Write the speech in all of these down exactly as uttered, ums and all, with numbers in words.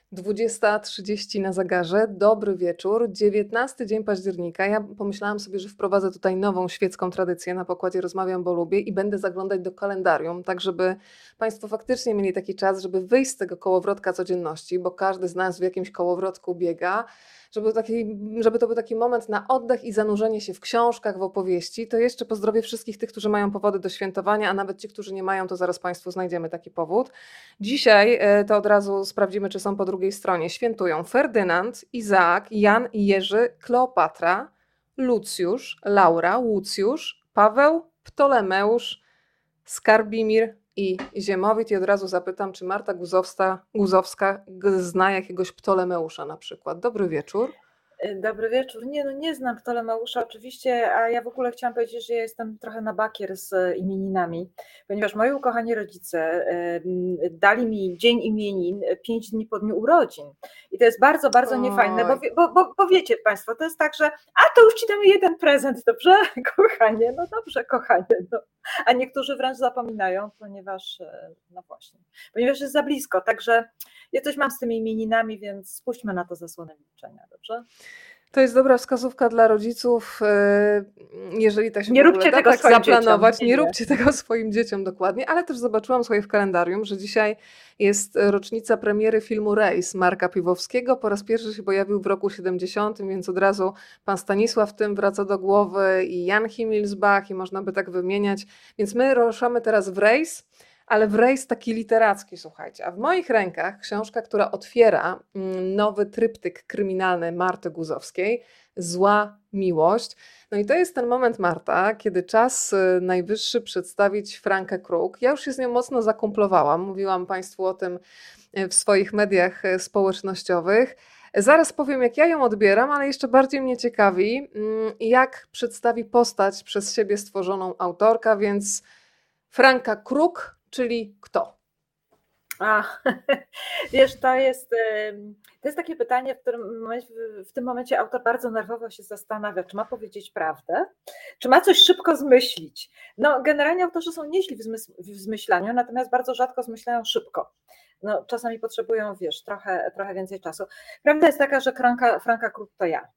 dwudziesta trzydzieści na zegarze. Dobry wieczór. dziewiętnasty dzień października. Ja pomyślałam sobie, że wprowadzę tutaj nową świecką tradycję na pokładzie Rozmawiam, bo lubię i będę zaglądać do kalendarium, tak żeby Państwo faktycznie mieli taki czas, żeby wyjść z tego kołowrotka codzienności, bo każdy z nas w jakimś kołowrotku biega. Żeby, taki, żeby to był taki moment na oddech i zanurzenie się w książkach, w opowieści. To jeszcze pozdrowię wszystkich tych, którzy mają powody do świętowania, a nawet ci, którzy nie mają, to zaraz Państwu znajdziemy taki powód. Dzisiaj e, to od razu sprawdzimy, czy są po drugiej stronie. Świętują Ferdynand, Izaak, Jan i Jerzy, Kleopatra, Lucjusz, Laura, Łucjusz, Paweł, Ptolemeusz, Skarbimir i Ziemowit. I od razu zapytam, czy Marta Guzowska, Guzowska g- zna jakiegoś Ptolemeusza na przykład. Dobry wieczór. Dobry wieczór. Nie, no nie znam Ptolemeusza oczywiście, a ja w ogóle chciałam powiedzieć, że ja jestem trochę na bakier z imieninami, ponieważ moi ukochani rodzice em, dali mi dzień imienin pięć dni po dniu urodzin. I to jest bardzo, bardzo Oj. niefajne, bo, wie- bo, bo, bo wiecie Państwo, to jest tak, że a to już Ci damy jeden prezent, dobrze, kochanie? No dobrze, kochanie. No. A niektórzy wręcz zapominają, ponieważ, e, no właśnie, ponieważ jest za blisko, także ja coś mam z tymi imieninami, więc spuśćmy na to zasłonę milczenia, dobrze? To jest dobra wskazówka dla rodziców, e, jeżeli tak się Nie w ogóle róbcie da tego tak swoim zaplanować, dzieciom. nie Nie, nie. róbcie tego swoim dzieciom dokładnie, ale też zobaczyłam sobie w kalendarium, że dzisiaj jest rocznica premiery filmu Rejs Marka Piwowskiego. Po raz pierwszy się pojawił w roku siedemdziesiątym, więc od razu pan Stanisław tym wraca do głowy i Jan Himmelsbach i można by tak wymieniać. Więc my ruszamy teraz w rejs, ale w rejs taki literacki, słuchajcie. A w moich rękach książka, która otwiera mm, nowy tryptyk kryminalny Marty Guzowskiej, Zła miłość. No i to jest ten moment, Marta, kiedy czas y, najwyższy przedstawić Frankę Kruk. Ja już się z nią mocno zakumplowałam, mówiłam Państwu o tym y, w swoich mediach y, społecznościowych. Zaraz powiem, jak ja ją odbieram, ale jeszcze bardziej mnie ciekawi, mm, jak przedstawi postać przez siebie stworzoną autorka, więc Franka Kruk, czyli kto? A, wiesz, to jest, em, to jest takie pytanie, w którym momencie, w tym momencie autor bardzo nerwowo się zastanawia, czy ma powiedzieć prawdę, czy ma coś szybko zmyślić. No, generalnie autorzy są nieźli w, zmysł, w zmyślaniu, natomiast bardzo rzadko zmyślają szybko. No, czasami potrzebują, wiesz, trochę, trochę więcej czasu. Prawda jest taka, że Franka, Franka Kruk to ja.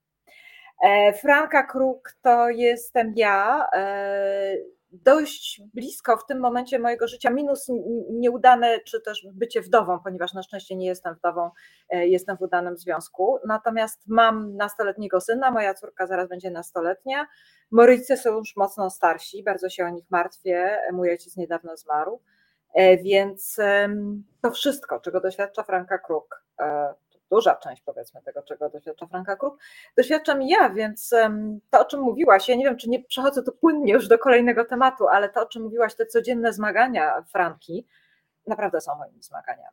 E, Franka Kruk to jestem ja, e, dość blisko w tym momencie mojego życia, minus nieudane, czy też bycie wdową, ponieważ na szczęście nie jestem wdową, e, jestem w udanym związku, natomiast mam nastoletniego syna, moja córka zaraz będzie nastoletnia, moi rodzice są już mocno starsi, bardzo się o nich martwię, mój ojciec niedawno zmarł, e, więc em, to wszystko, czego doświadcza Franka Kruk, e, duża część powiedzmy tego, czego doświadcza Franka Kruk, doświadczam ja, więc to, o czym mówiłaś, ja nie wiem, czy nie przechodzę tu płynnie już do kolejnego tematu, ale to, o czym mówiłaś, te codzienne zmagania Franki, naprawdę są moimi zmaganiami.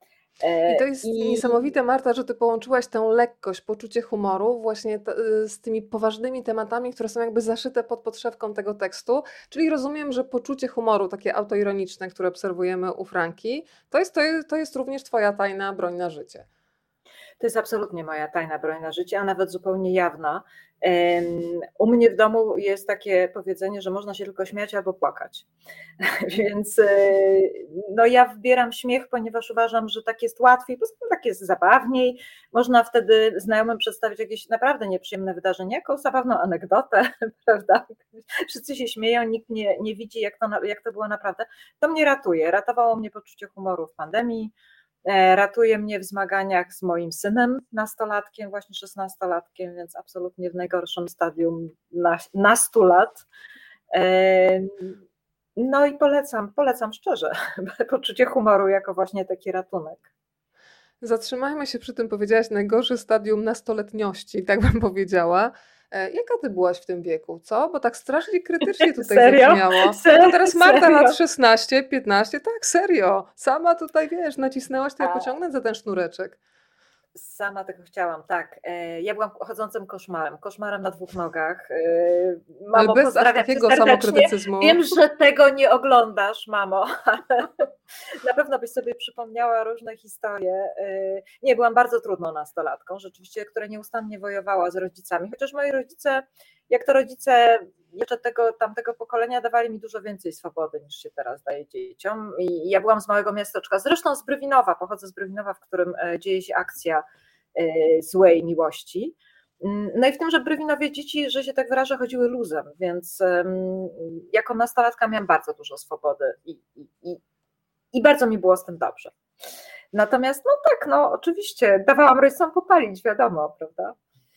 I to jest I niesamowite, Marta, że ty połączyłaś tę lekkość, poczucie humoru właśnie t- y, z tymi poważnymi tematami, które są jakby zaszyte pod podszewką tego tekstu. Czyli rozumiem, że poczucie humoru, takie autoironiczne, które obserwujemy u Franki, to jest, to jest, to jest również twoja tajna broń na życie. to jest absolutnie moja tajna broń na życie, a nawet zupełnie jawna. U mnie w domu jest takie powiedzenie, że można się tylko śmiać albo płakać. Więc no ja wybieram śmiech, ponieważ uważam, że tak jest łatwiej, po prostu tak jest zabawniej. Można wtedy znajomym przedstawić jakieś naprawdę nieprzyjemne wydarzenie, jako zabawną anegdotę, prawda? Wszyscy się śmieją, nikt nie, nie widzi, jak to, jak to było naprawdę. To mnie ratuje. Ratowało mnie poczucie humoru w pandemii. Ratuje mnie w zmaganiach z moim synem, nastolatkiem, właśnie szesnastolatkiem, więc absolutnie w najgorszym stadium nastu lat. No i polecam, polecam szczerze, poczucie humoru jako właśnie taki ratunek. Zatrzymajmy się przy tym, powiedziałaś, najgorsze stadium nastoletniości, tak bym powiedziała. E, Jaka ty byłaś w tym wieku, co? Bo tak strasznie krytycznie tutaj Serio? zabrzmiało. Serio? No teraz Marta Serio? lat szesnaście, piętnaście, tak, serio. Sama tutaj, wiesz, nacisnęłaś, to ja A. pociągnę za ten sznureczek. Sama tego chciałam, tak. Ja byłam chodzącym koszmarem, koszmarem na dwóch nogach. Mamo, Ale bez aż pozdrawiam cię takiego serdecznie. samokrytycyzmu. Wiem, że tego nie oglądasz, mamo, ale na pewno byś sobie przypomniała różne historie. Nie, byłam bardzo trudną nastolatką, rzeczywiście, która nieustannie wojowała z rodzicami, chociaż moi rodzice, jak to rodzice jeszcze tego tamtego pokolenia dawali mi dużo więcej swobody niż się teraz daje dzieciom. I ja byłam z małego miasteczka, zresztą z Brywinowa, pochodzę z Brywinowa, w którym dzieje się akcja złej miłości. No i w tymże Brywinowie dzieci, że się tak wyrażę, chodziły luzem, więc jako nastolatka miałam bardzo dużo swobody i, i, i, i bardzo mi było z tym dobrze. Natomiast no tak, no oczywiście dawałam rodzicom popalić, wiadomo, prawda?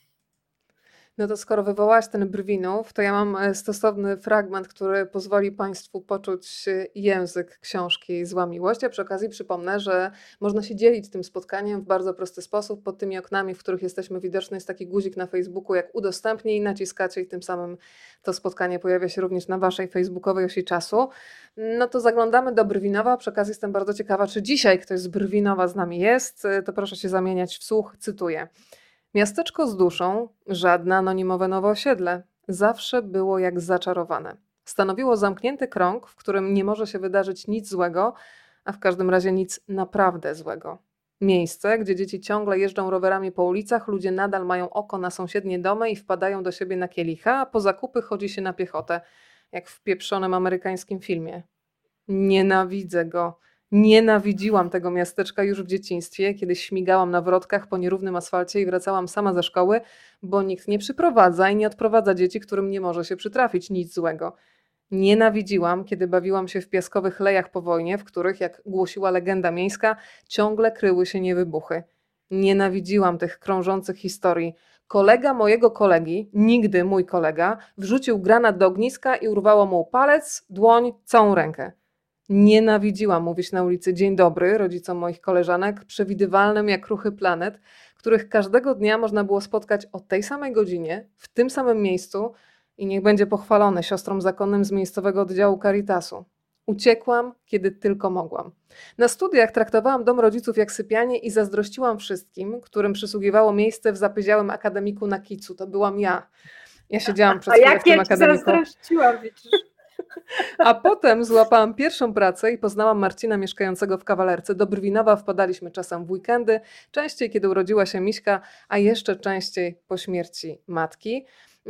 No to skoro wywołałaś ten Brwinów, to ja mam stosowny fragment, który pozwoli Państwu poczuć język książki Zła miłość. Ja przy okazji przypomnę, że można się dzielić tym spotkaniem w bardzo prosty sposób. Pod tymi oknami, w których jesteśmy widoczni, jest taki guzik na Facebooku, jak udostępnij, naciskacie i tym samym to spotkanie pojawia się również na Waszej facebookowej osi czasu. No to zaglądamy do Brwinowa. Przy okazji jestem bardzo ciekawa, czy dzisiaj ktoś z Brwinowa z nami jest. To proszę się zamieniać w słuch, cytuję. Miasteczko z duszą, żadne anonimowe nowe osiedle, zawsze było jak zaczarowane. Stanowiło zamknięty krąg, w którym nie może się wydarzyć nic złego, a w każdym razie nic naprawdę złego. Miejsce, gdzie dzieci ciągle jeżdżą rowerami po ulicach, ludzie nadal mają oko na sąsiednie domy i wpadają do siebie na kielicha, a po zakupy chodzi się na piechotę, jak w pieprzonym amerykańskim filmie. Nienawidzę go. Nienawidziłam tego miasteczka już w dzieciństwie, kiedy śmigałam na wrotkach po nierównym asfalcie i wracałam sama ze szkoły, bo nikt nie przyprowadza i nie odprowadza dzieci, którym nie może się przytrafić nic złego. Nienawidziłam, kiedy bawiłam się w piaskowych lejach po wojnie, w których, jak głosiła legenda miejska, ciągle kryły się niewybuchy. Nienawidziłam tych krążących historii. Kolega mojego kolegi, nigdy mój kolega, wrzucił granat do ogniska i urwało mu palec, dłoń, całą rękę. Nienawidziłam mówić na ulicy dzień dobry rodzicom moich koleżanek, przewidywalnym jak ruchy planet, których każdego dnia można było spotkać o tej samej godzinie, w tym samym miejscu i niech będzie pochwalone siostrom zakonnym z miejscowego oddziału Caritasu. Uciekłam, kiedy tylko mogłam. Na studiach traktowałam dom rodziców jak sypialnię i zazdrościłam wszystkim, którym przysługiwało miejsce w zapyziałym akademiku na Kicu. To byłam ja. Ja siedziałam przez chwilę w tym akademiku. A jak ja ci zazdrościłam, widzisz? A potem złapałam pierwszą pracę i poznałam Marcina mieszkającego w Kawalerce. Do Brwinowa wpadaliśmy czasem w weekendy, częściej kiedy urodziła się Miśka, a jeszcze częściej po śmierci matki.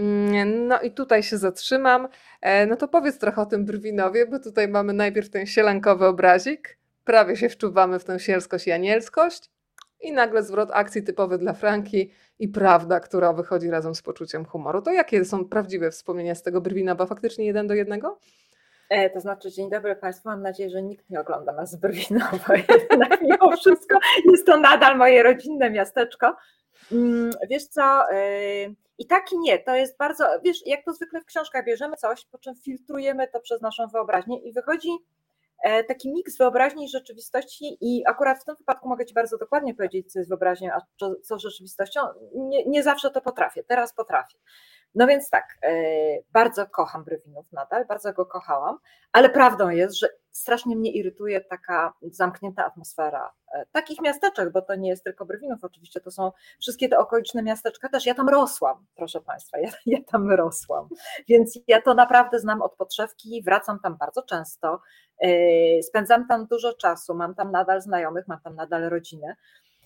No i tutaj się zatrzymam. No to powiedz trochę o tym Brwinowie, bo tutaj mamy najpierw ten sielankowy obrazik, prawie się wczuwamy w tę sielskość i anielskość i nagle zwrot akcji typowy dla Franki i prawda, która wychodzi razem z poczuciem humoru. To jakie są prawdziwe wspomnienia z tego Brwinowa? Faktycznie jeden do jednego? E, to znaczy, dzień dobry Państwu, mam nadzieję, że nikt nie ogląda nas z Brwinowa, jednak mimo wszystko jest to nadal moje rodzinne miasteczko. Wiesz co, i tak i nie, to jest bardzo, wiesz, jak to zwykle w książkach, bierzemy coś, po czym filtrujemy to przez naszą wyobraźnię i wychodzi taki miks wyobraźni i rzeczywistości i akurat w tym wypadku mogę Ci bardzo dokładnie powiedzieć, co jest wyobraźnią, a co rzeczywistością. Nie, nie zawsze to potrafię, teraz potrafię. No więc tak, bardzo kocham Brwinów nadal, bardzo go kochałam, ale prawdą jest, że strasznie mnie irytuje taka zamknięta atmosfera takich miasteczek, bo to nie jest tylko Brwinów, oczywiście to są wszystkie te okoliczne miasteczka też. Ja tam rosłam, proszę Państwa, ja, ja tam rosłam, więc ja to naprawdę znam od podszewki, wracam tam bardzo często, spędzam tam dużo czasu, mam tam nadal znajomych, mam tam nadal rodzinę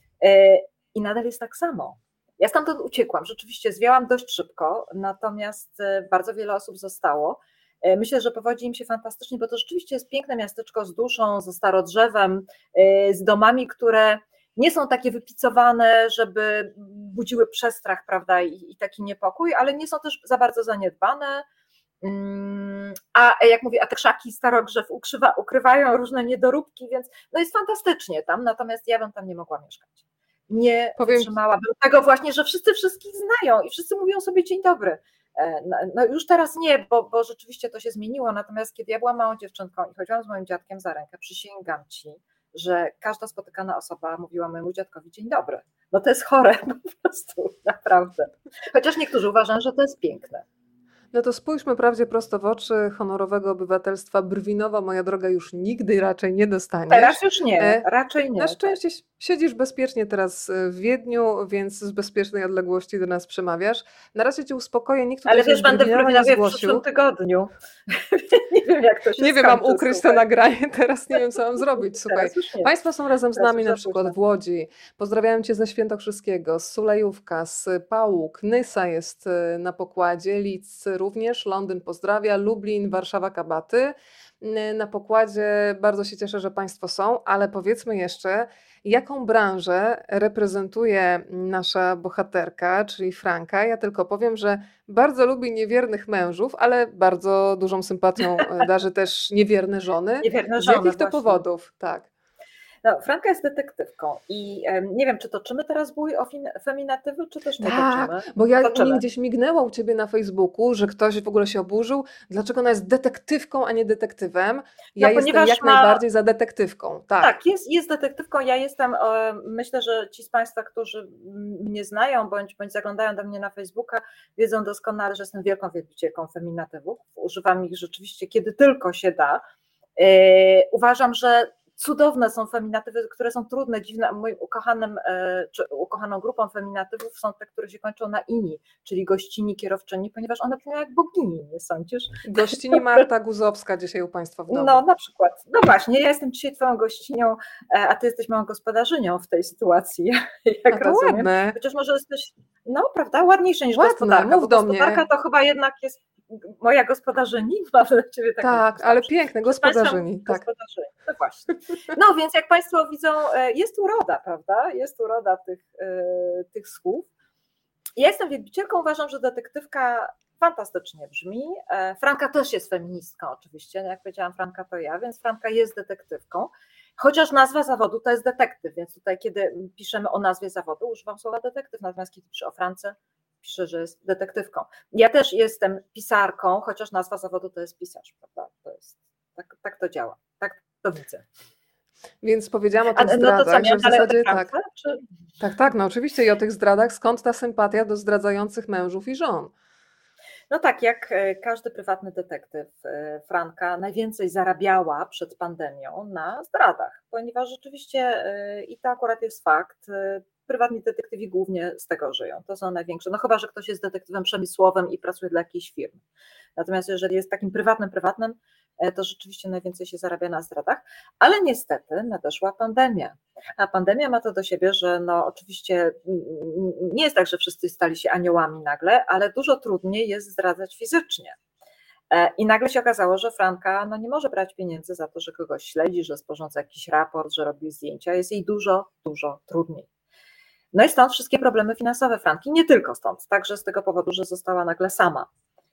i nadal jest tak samo. Ja stamtąd uciekłam, rzeczywiście zwiałam dość szybko, natomiast bardzo wiele osób zostało. Myślę, że powodzi im się fantastycznie, bo to rzeczywiście jest piękne miasteczko z duszą, ze starodrzewem, z domami, które nie są takie wypicowane, żeby budziły przestrach, prawda, i, i taki niepokój, ale nie są też za bardzo zaniedbane. A jak mówię, a te krzaki starogrzew ukrywa, ukrywają różne niedoróbki, więc no jest fantastycznie tam, natomiast ja bym tam nie mogła mieszkać. Nie wytrzymałabym tego właśnie, że wszyscy wszystkich znają i wszyscy mówią sobie dzień dobry. No już teraz nie, bo, bo rzeczywiście to się zmieniło, natomiast kiedy ja byłam małą dziewczynką i chodziłam z moim dziadkiem za rękę, przysięgam Ci, że każda spotykana osoba mówiła mojemu dziadkowi dzień dobry. No to jest chore po prostu, naprawdę. Chociaż niektórzy uważają, że to jest piękne. No to spójrzmy prawdzie prosto w oczy, honorowego obywatelstwa Brwinowa, moja droga, już nigdy raczej nie dostaniesz. Teraz już nie, raczej nie. Na szczęście siedzisz bezpiecznie teraz w Wiedniu, więc z bezpiecznej odległości do nas przemawiasz. Na razie Cię uspokoję, nikt tutaj Ale wiesz, będę w Brwinowie w przyszłym tygodniu. Nie wiem, jak to się Nie wiem, mam ukryć słuchaj. to nagranie, teraz nie wiem, co mam zrobić. Słuchaj, Państwo są razem z nami na przykład w Łodzi. Pozdrawiam Cię ze Świętokrzyskiego, z Sulejówka, z Pałuk, Nysa jest na pokładzie, Lidz pozdrawiamy również, Londyn pozdrawia, Lublin, Warszawa, Kabaty. Na pokładzie bardzo się cieszę, że Państwo są, ale powiedzmy jeszcze, jaką branżę reprezentuje nasza bohaterka, czyli Franka. Ja tylko powiem, że bardzo lubi niewiernych mężów, ale bardzo dużą sympatią darzy też niewierne żony. Niewierne Z żony, jakich to właśnie. powodów? Tak. No, Franka jest detektywką i em, nie wiem, czy toczymy teraz bój o fin- feminatywy, czy też nie Tak, toczymy. bo ja mi Toczymy. gdzieś mignęło u Ciebie na Facebooku, że ktoś w ogóle się oburzył, dlaczego ona jest detektywką, a nie detektywem. Ja No, jestem ponieważ jak ma- najbardziej za detektywką. Tak. Tak, jest, jest detektywką. Ja jestem, e, myślę, że ci z Państwa, którzy mnie znają bądź, bądź zaglądają do mnie na Facebooka, wiedzą doskonale, że jestem wielką wielbicielką feminatywów. Używam ich rzeczywiście, kiedy tylko się da. E, uważam, że cudowne są feminatywy, które są trudne, dziwne. Moim ukochanym, e, czy ukochaną grupą feminatywów są te, które się kończą na ini, czyli gościni, kierowczyni, ponieważ one brzmią jak bogini, nie sądzisz? Gościni Marta Guzowska dzisiaj u Państwa w domu. No na przykład. No właśnie, ja jestem dzisiaj Twoją gościnią, a Ty jesteś moją gospodarzynią w tej sytuacji, jak A to rozumiem. ładne. Chociaż może jesteś, no prawda, ładniejsza niż Ładne, gospodarka, mów bo do mnie. gospodarka to chyba jednak jest moja gospodarzyni, mam na Ciebie taką Tak, postawę. ale piękne, Przed Państwem gospodarzyni. Tak. gospodarzyni. No właśnie. No więc jak Państwo widzą, e, jest uroda, prawda? Jest uroda tych, e, tych słów. Ja jestem wielbicielką, uważam, że detektywka fantastycznie brzmi. E, Franka też jest feministką oczywiście, jak powiedziałam, Franka to ja, więc Franka jest detektywką, chociaż nazwa zawodu to jest detektyw, więc tutaj kiedy piszemy o nazwie zawodu używam słowa detektyw, natomiast kiedy piszę o France, piszę, że jest detektywką. Ja też jestem pisarką, chociaż nazwa zawodu to jest pisarz, prawda? To jest, tak, tak to działa, tak to widzę. Więc powiedziałam o A, tych no to co, zdradach, że miałam w dalej o zasadzie tej tak. France, czy... Tak, tak, no oczywiście i o tych zdradach, skąd ta sympatia do zdradzających mężów i żon? No tak, jak e, każdy prywatny detektyw, e, Franka najwięcej zarabiała przed pandemią na zdradach, ponieważ rzeczywiście, e, i to akurat jest fakt, e, prywatni detektywi głównie z tego żyją, to są największe, no chyba, że ktoś jest detektywem przemysłowym i pracuje dla jakiejś firmy. Natomiast jeżeli jest takim prywatnym, prywatnym, e, to rzeczywiście najwięcej się zarabia na zdradach, ale niestety nadeszła pandemia. A pandemia ma to do siebie, że no oczywiście mm, nie jest tak, że wszyscy stali się aniołami nagle, ale dużo trudniej jest zdradzać fizycznie. E, I nagle się okazało, że Franka no nie może brać pieniędzy za to, że kogoś śledzi, że sporządza jakiś raport, że robi zdjęcia. Jest jej dużo, dużo trudniej. No i stąd wszystkie problemy finansowe Franki, nie tylko stąd, także z tego powodu, że została nagle sama.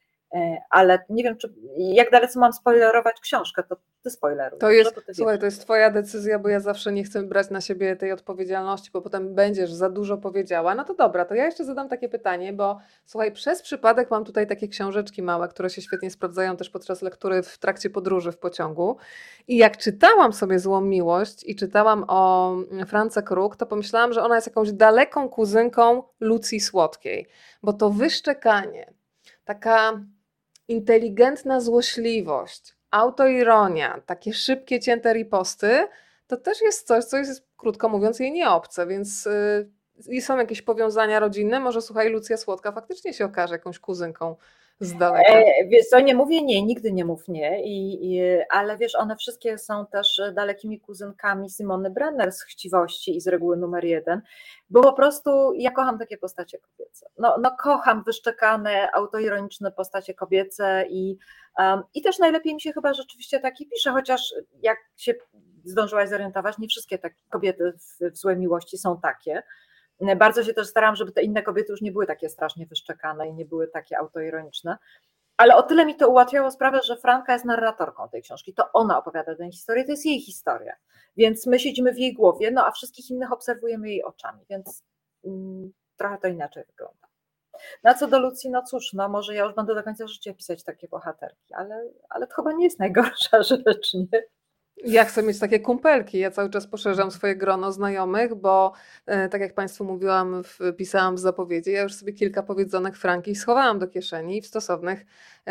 E, Ale nie wiem, czy jak dalece mam spoilerować książkę, to ty spoileruj. To dobrze? jest, Bo ty słuchaj, wiesz. to jest Twoja decyzja, bo ja zawsze nie chcę brać na siebie tej odpowiedzialności, bo potem będziesz za dużo powiedziała. No to dobra, to ja jeszcze zadam takie pytanie, bo słuchaj, przez przypadek mam tutaj takie książeczki małe, które się świetnie sprawdzają też podczas lektury w trakcie podróży w pociągu. I jak czytałam sobie Złą miłość i czytałam o France Kruk, to pomyślałam, że ona jest jakąś daleką kuzynką Lucji Słodkiej, bo to wyszczekanie, taka inteligentna złośliwość, autoironia, takie szybkie, cięte riposty, to też jest coś, co jest, krótko mówiąc, jej nie obce, więc yy, są jakieś powiązania rodzinne, może słuchaj, Lucja Słodka faktycznie się okaże jakąś kuzynką z daleka. E, wiesz co, nie mówię nie, nigdy nie mów nie, i, i, ale wiesz, one wszystkie są też dalekimi kuzynkami Simony Brenner z Chciwości i z reguły numer jeden, bo po prostu ja kocham takie postacie kobiece. No, no kocham wyszczekane, autoironiczne postacie kobiece i, um, i też najlepiej mi się chyba rzeczywiście takie pisze, chociaż jak się zdążyłaś zorientować, nie wszystkie te kobiety w, w Złej miłości są takie. Bardzo się też starałam, żeby te inne kobiety już nie były takie strasznie wyszczekane i nie były takie autoironiczne, ale o tyle mi to ułatwiało sprawę, że Franka jest narratorką tej książki, to ona opowiada tę historię, to jest jej historia, więc my siedzimy w jej głowie, no a wszystkich innych obserwujemy jej oczami, więc mm, trochę to inaczej wygląda. Na co do Lucji, no cóż, no może ja już będę do końca życia pisać takie bohaterki, ale, ale to chyba nie jest najgorsza rzecz, nie? Ja chcę mieć takie kumpelki, ja cały czas poszerzam swoje grono znajomych, bo e, tak jak Państwu mówiłam, w, pisałam w zapowiedzi, ja już sobie kilka powiedzonek Franki schowałam do kieszeni i w stosownych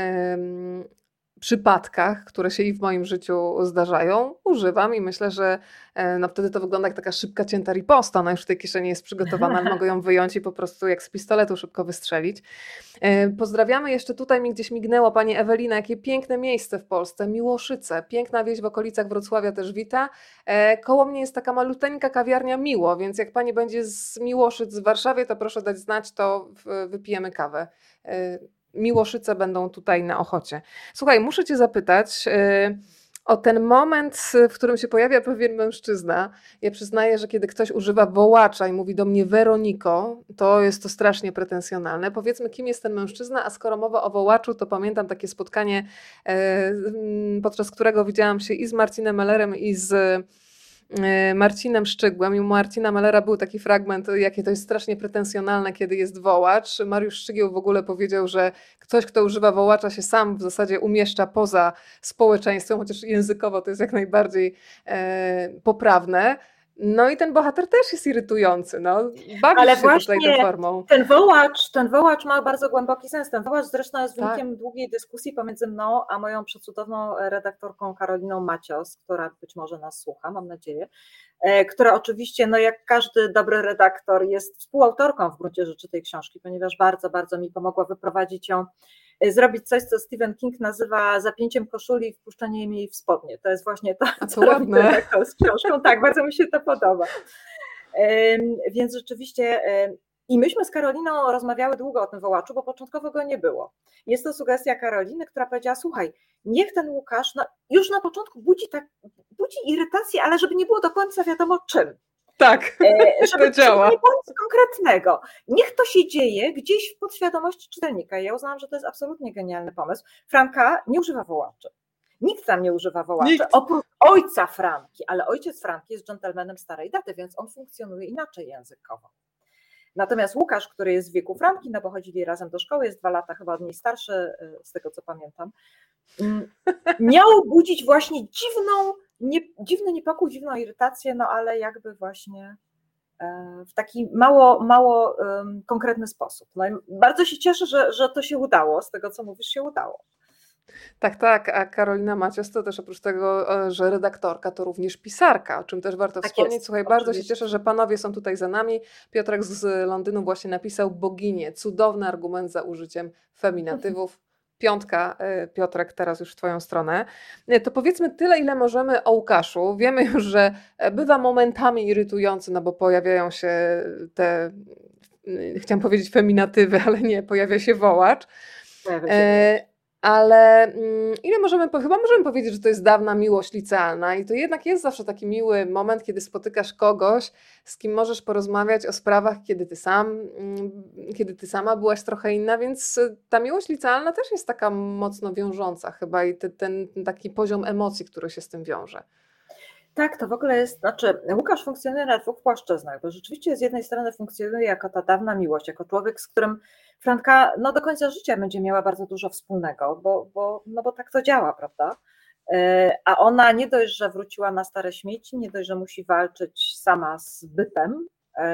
em, przypadkach, które się i w moim życiu zdarzają, używam i myślę, że e, no wtedy to wygląda jak taka szybka cięta riposta, ona już w tej kieszeni jest przygotowana, ale mogę ją wyjąć i po prostu jak z pistoletu szybko wystrzelić. E, Pozdrawiamy, jeszcze tutaj mi gdzieś mignęło Pani Ewelina, jakie piękne miejsce w Polsce, Miłoszyce, piękna wieś w okolicach Wrocławia też wita. E, Koło mnie jest taka maluteńka kawiarnia Miło, więc jak Pani będzie z Miłoszyc w Warszawie, to proszę dać znać, to w- wypijemy kawę. E, Miłoszyce będą tutaj na ochocie. Słuchaj, muszę cię zapytać yy, o ten moment, w którym się pojawia pewien mężczyzna. Ja przyznaję, że kiedy ktoś używa wołacza i mówi do mnie Weroniko, to jest to strasznie pretensjonalne. Powiedzmy, kim jest ten mężczyzna, a skoro mowa o wołaczu, to pamiętam takie spotkanie, yy, podczas którego widziałam się i z Marcinem Mellerem, i z Marcinem Szczygłem. I u Marcina Mellera był taki fragment, jakie to jest strasznie pretensjonalne, kiedy jest wołacz. Mariusz Szczygieł w ogóle powiedział, że ktoś, kto używa wołacza, się sam w zasadzie umieszcza poza społeczeństwem, chociaż językowo to jest jak najbardziej e, poprawne. No i ten bohater też jest irytujący. No. Bawisz Ale się właśnie tutaj tą formą. Ten wołacz, ten wołacz ma bardzo głęboki sens. Ten wołacz zresztą jest Tak. wynikiem długiej dyskusji pomiędzy mną a moją przecudowną redaktorką Karoliną Macios, która być może nas słucha, mam nadzieję, która oczywiście, no jak każdy dobry redaktor, jest współautorką w gruncie rzeczy tej książki, ponieważ bardzo, bardzo mi pomogła wyprowadzić ją, zrobić coś, co Stephen King nazywa zapięciem koszuli i wpuszczeniem jej w spodnie. To jest właśnie to, A co to robi ładne. redaktor z książką. Tak, bardzo mi się to podoba. Więc rzeczywiście i myśmy z Karoliną rozmawiały długo o tym wołaczu, bo początkowo go nie było. Jest to sugestia Karoliny, która powiedziała, słuchaj, niech ten Łukasz no, już na początku budzi, tak, budzi irytację, ale żeby nie było do końca wiadomo czym. Tak, e, żeby, to działa. Żeby nie było nic konkretnego. Niech to się dzieje gdzieś w podświadomości czytelnika. Ja uznałam, że to jest absolutnie genialny pomysł. Franka nie używa wołaczy. Nikt tam nie używa wołaczy, Nikt. oprócz ojca Franki, ale ojciec Franki jest dżentelmenem starej daty, więc on funkcjonuje inaczej językowo. Natomiast Łukasz, który jest w wieku Franki, no bo chodzili razem do szkoły, jest dwa lata chyba od niej starszy, z tego co pamiętam, miał budzić właśnie dziwną, nie, dziwny niepokój, dziwną irytację, no ale jakby właśnie w taki mało, mało um, konkretny sposób. No i bardzo się cieszę, że, że to się udało, z tego co mówisz, się udało. Tak, tak, a Karolina Macios to też oprócz tego, że redaktorka, to również pisarka, o czym też warto Tak wspomnieć. jest, Słuchaj, oczywiście. bardzo się cieszę, że panowie są tutaj za nami. Piotrek z Londynu właśnie napisał Boginie, cudowny argument za użyciem feminatywów. Piątka, Piotrek, teraz już w twoją stronę. To powiedzmy tyle, ile możemy o Łukaszu. Wiemy już, że bywa momentami irytujący, no bo pojawiają się te, chciałam powiedzieć feminatywy, ale nie, pojawia się wołacz. Pojawia się wołacz. Ale ile możemy, chyba możemy powiedzieć, że to jest dawna miłość licealna i to jednak jest zawsze taki miły moment, kiedy spotykasz kogoś, z kim możesz porozmawiać o sprawach, kiedy ty sam, kiedy ty sama byłaś trochę inna, więc ta miłość licealna też jest taka mocno wiążąca chyba i ten, ten taki poziom emocji, który się z tym wiąże. Tak, to w ogóle jest, znaczy Łukasz funkcjonuje na dwóch płaszczyznach, bo rzeczywiście z jednej strony funkcjonuje jako ta dawna miłość, jako człowiek, z którym Franka no, do końca życia będzie miała bardzo dużo wspólnego, bo, bo, no, bo tak to działa, prawda? A ona nie dość, że wróciła na stare śmieci, nie dość, że musi walczyć sama z bytem,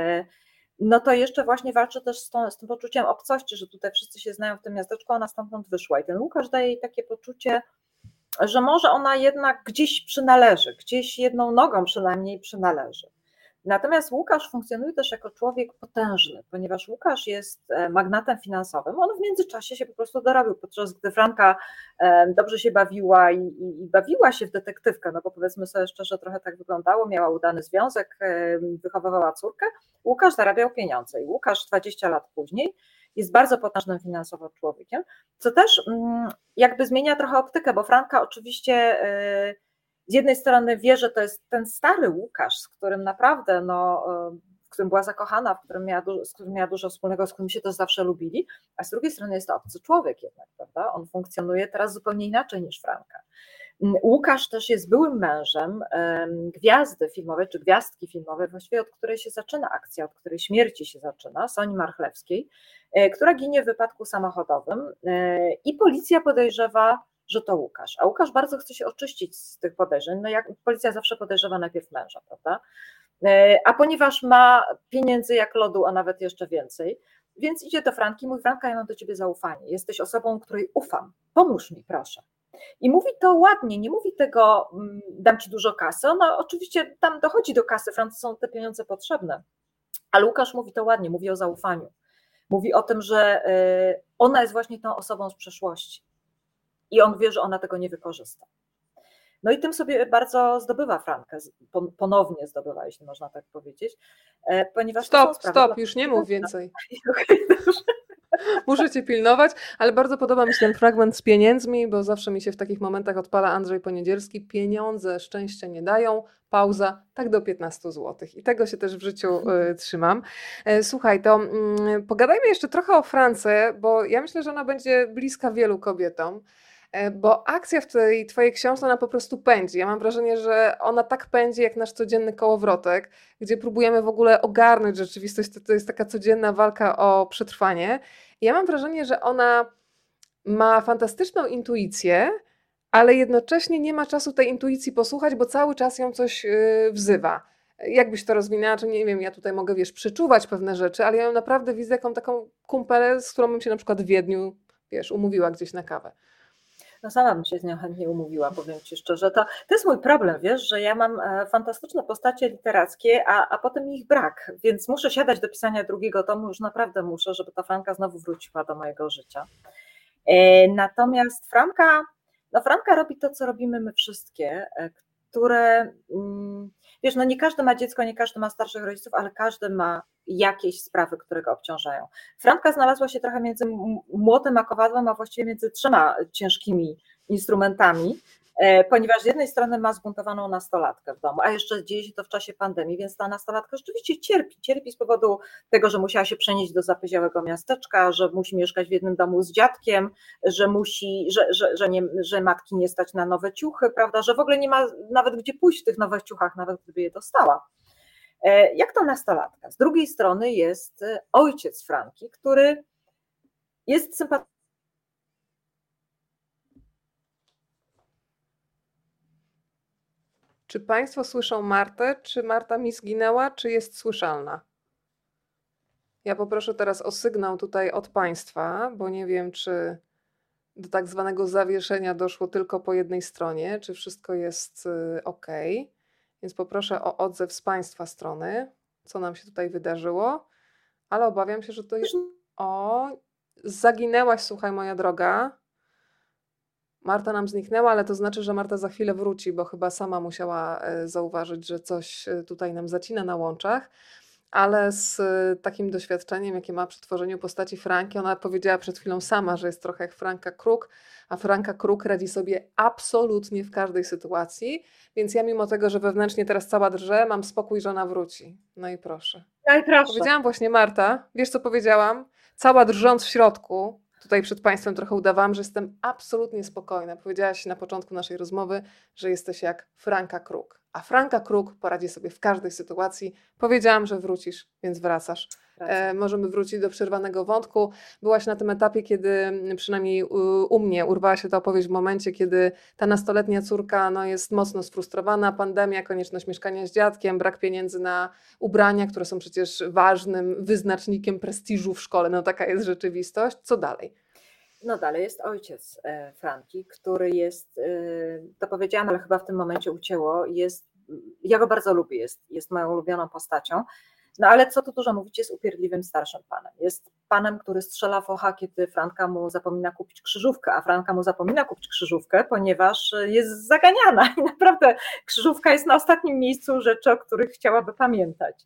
no to jeszcze właśnie walczy też z, tą, z tym poczuciem obcości, że tutaj wszyscy się znają w tym miasteczku, ona stamtąd wyszła i ten Łukasz daje jej takie poczucie, że może ona jednak gdzieś przynależy, gdzieś jedną nogą przynajmniej przynależy. Natomiast Łukasz funkcjonuje też jako człowiek potężny, ponieważ Łukasz jest magnatem finansowym. On w międzyczasie się po prostu dorobił, podczas gdy Franka dobrze się bawiła i, i, i bawiła się w detektywkę, no bo powiedzmy sobie szczerze, trochę tak wyglądało, miała udany związek, wychowywała córkę, Łukasz zarabiał pieniądze i Łukasz dwadzieścia lat później jest bardzo potężnym finansowo człowiekiem, co też jakby zmienia trochę optykę, bo Franka oczywiście z jednej strony wie, że to jest ten stary Łukasz, z którym naprawdę, no, w którym była zakochana, w którym miała dużo, z którym miała dużo wspólnego, z którym się to zawsze lubili, a z drugiej strony jest to obcy człowiek jednak, prawda? On funkcjonuje teraz zupełnie inaczej niż Franka. Łukasz też jest byłym mężem gwiazdy filmowej, czy gwiazdki filmowej, właściwie od której się zaczyna akcja, od której śmierci się zaczyna, Soni Marchlewskiej, która ginie w wypadku samochodowym i policja podejrzewa, że to Łukasz, a Łukasz bardzo chce się oczyścić z tych podejrzeń, no jak policja zawsze podejrzewa najpierw męża, prawda, a ponieważ ma pieniędzy jak lodu, a nawet jeszcze więcej, więc idzie do Franki, mówi: Franka, ja mam do ciebie zaufanie, jesteś osobą, której ufam, pomóż mi proszę. I mówi to ładnie, nie mówi tego, dam ci dużo kasy, ona oczywiście tam dochodzi do kasy, Francji są te pieniądze potrzebne, ale Łukasz mówi to ładnie, mówi o zaufaniu, mówi o tym, że ona jest właśnie tą osobą z przeszłości i on wie, że ona tego nie wykorzysta. No i tym sobie bardzo zdobywa Frankę, ponownie zdobywa, jeśli można tak powiedzieć, ponieważ Stop, to są sprawy, stop, już nie mów więcej. Muszę cię pilnować, ale bardzo podoba mi się ten fragment z pieniędzmi, bo zawsze mi się w takich momentach odpala Andrzej Poniedzielski. Pieniądze szczęścia nie dają, pauza, tak do piętnastu złotych. I tego się też w życiu y, trzymam. E, Słuchaj, to mm, pogadajmy jeszcze trochę o Francji, bo ja myślę, że ona będzie bliska wielu kobietom. E, Bo akcja w tej twojej książce, ona po prostu pędzi. Ja mam wrażenie, że ona tak pędzi jak nasz codzienny kołowrotek, gdzie próbujemy w ogóle ogarnąć rzeczywistość. To, to jest taka codzienna walka o przetrwanie. I ja mam wrażenie, że ona ma fantastyczną intuicję, ale jednocześnie nie ma czasu tej intuicji posłuchać, bo cały czas ją coś yy, wzywa. Jakbyś to rozwinęła, czy nie wiem, ja tutaj mogę, wiesz, przeczuwać pewne rzeczy, ale ja ją naprawdę widzę jako taką kumpelę, z którą bym się na przykład w Wiedniu, wiesz, umówiła gdzieś na kawę. No sama bym się z nią chętnie umówiła, powiem Ci szczerze. To, to jest mój problem, wiesz, że ja mam e, fantastyczne postacie literackie, a, a potem ich brak, więc muszę siadać do pisania drugiego tomu, już naprawdę muszę, żeby ta Franka znowu wróciła do mojego życia. E, Natomiast Franka, no Franka robi to, co robimy my wszystkie, e, które, mm, wiesz, no nie każdy ma dziecko, nie każdy ma starszych rodziców, ale każdy ma jakieś sprawy, które go obciążają. Franka znalazła się trochę między m- młotem a kowadłem, a właściwie między trzema ciężkimi instrumentami, e, ponieważ z jednej strony ma zbuntowaną nastolatkę w domu, a jeszcze dzieje się to w czasie pandemii, więc ta nastolatka rzeczywiście cierpi. Cierpi z powodu tego, że musiała się przenieść do zapyziałego miasteczka, że musi mieszkać w jednym domu z dziadkiem, że musi, że, że, że, nie, że matki nie stać na nowe ciuchy, prawda, że w ogóle nie ma nawet gdzie pójść w tych nowych ciuchach, nawet gdyby je dostała. E, Jak to nastolatka? Z drugiej strony jest e, ojciec Franki, który jest sympatyczny. Czy Państwo słyszą Martę? Czy Marta mi zginęła, czy jest słyszalna? Ja poproszę teraz o sygnał tutaj od Państwa, bo nie wiem, czy do tak zwanego zawieszenia doszło tylko po jednej stronie, czy wszystko jest y, ok. Więc poproszę o odzew z Państwa strony, co nam się tutaj wydarzyło, ale obawiam się, że to jest... O, zaginęłaś, słuchaj, moja droga. Marta nam zniknęła, ale to znaczy, że Marta za chwilę wróci, bo chyba sama musiała e, zauważyć, że coś e, tutaj nam zacina na łączach. Ale z e, takim doświadczeniem, jakie ma przy tworzeniu postaci Franki, ona powiedziała przed chwilą sama, że jest trochę jak Franka Kruk, a Franka Kruk radzi sobie absolutnie w każdej sytuacji, więc ja mimo tego, że wewnętrznie teraz cała drżę, mam spokój, że ona wróci. No i proszę. No i proszę. Powiedziałam właśnie, Marta, wiesz co powiedziałam? Cała drżąc w środku, tutaj przed Państwem trochę udawałam, że jestem absolutnie spokojna. Powiedziałaś na początku naszej rozmowy, że jesteś jak Franka Kruk. A Franka Kruk poradzi sobie w każdej sytuacji. Powiedziałam, że wrócisz, więc wracasz. E, możemy wrócić do przerwanego wątku. Byłaś na tym etapie, kiedy mm, przynajmniej u, u mnie urwała się ta opowieść w momencie, kiedy ta nastoletnia córka no, jest mocno sfrustrowana, pandemia, konieczność mieszkania z dziadkiem, brak pieniędzy na ubrania, które są przecież ważnym wyznacznikiem prestiżu w szkole. No taka jest rzeczywistość. Co dalej? No dalej jest ojciec e, Franki, który jest, e, to powiedziałam, ale chyba w tym momencie ucięło, jest, ja go bardzo lubię, jest, jest moją ulubioną postacią, no ale co tu dużo mówić, jest upierdliwym starszym panem. Jest panem, który strzela focha, kiedy Franka mu zapomina kupić krzyżówkę, a Franka mu zapomina kupić krzyżówkę, ponieważ jest zaganiana i naprawdę krzyżówka jest na ostatnim miejscu rzeczy, o których chciałaby pamiętać.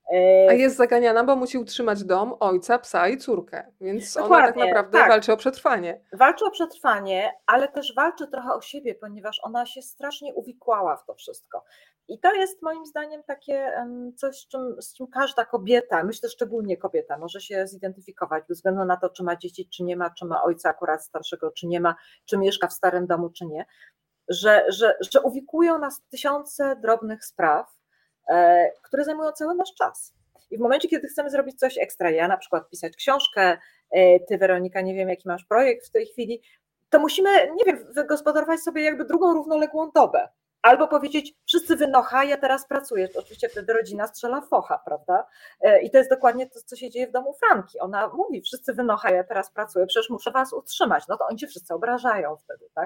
A jest zaganiana, bo musi utrzymać dom, ojca, psa i córkę, więc ona tak Dokładnie, naprawdę tak. walczy o przetrwanie. Walczy o przetrwanie, ale też walczy trochę o siebie, ponieważ ona się strasznie uwikłała w to wszystko. I to jest moim zdaniem takie em, coś, z czym, z czym każda kobieta, myślę szczególnie kobieta, może się zidentyfikować, bez względu na to, czy ma dzieci, czy nie ma, czy ma ojca akurat starszego, czy nie ma, czy mieszka w starym domu, czy nie, że, że, że uwikują nas tysiące drobnych spraw, e, które zajmują cały nasz czas. I w momencie, kiedy chcemy zrobić coś ekstra, ja na przykład pisać książkę, ty Weronika, nie wiem jaki masz projekt w tej chwili, to musimy, nie wiem, wygospodarować sobie jakby drugą równoległą dobę. Albo powiedzieć, wszyscy wynocha, ja teraz pracuję. To oczywiście wtedy rodzina strzela focha, prawda? I to jest dokładnie to, co się dzieje w domu Franki. Ona mówi, wszyscy wynocha, ja teraz pracuję, przecież muszę was utrzymać. No to oni się wszyscy obrażają wtedy, tak?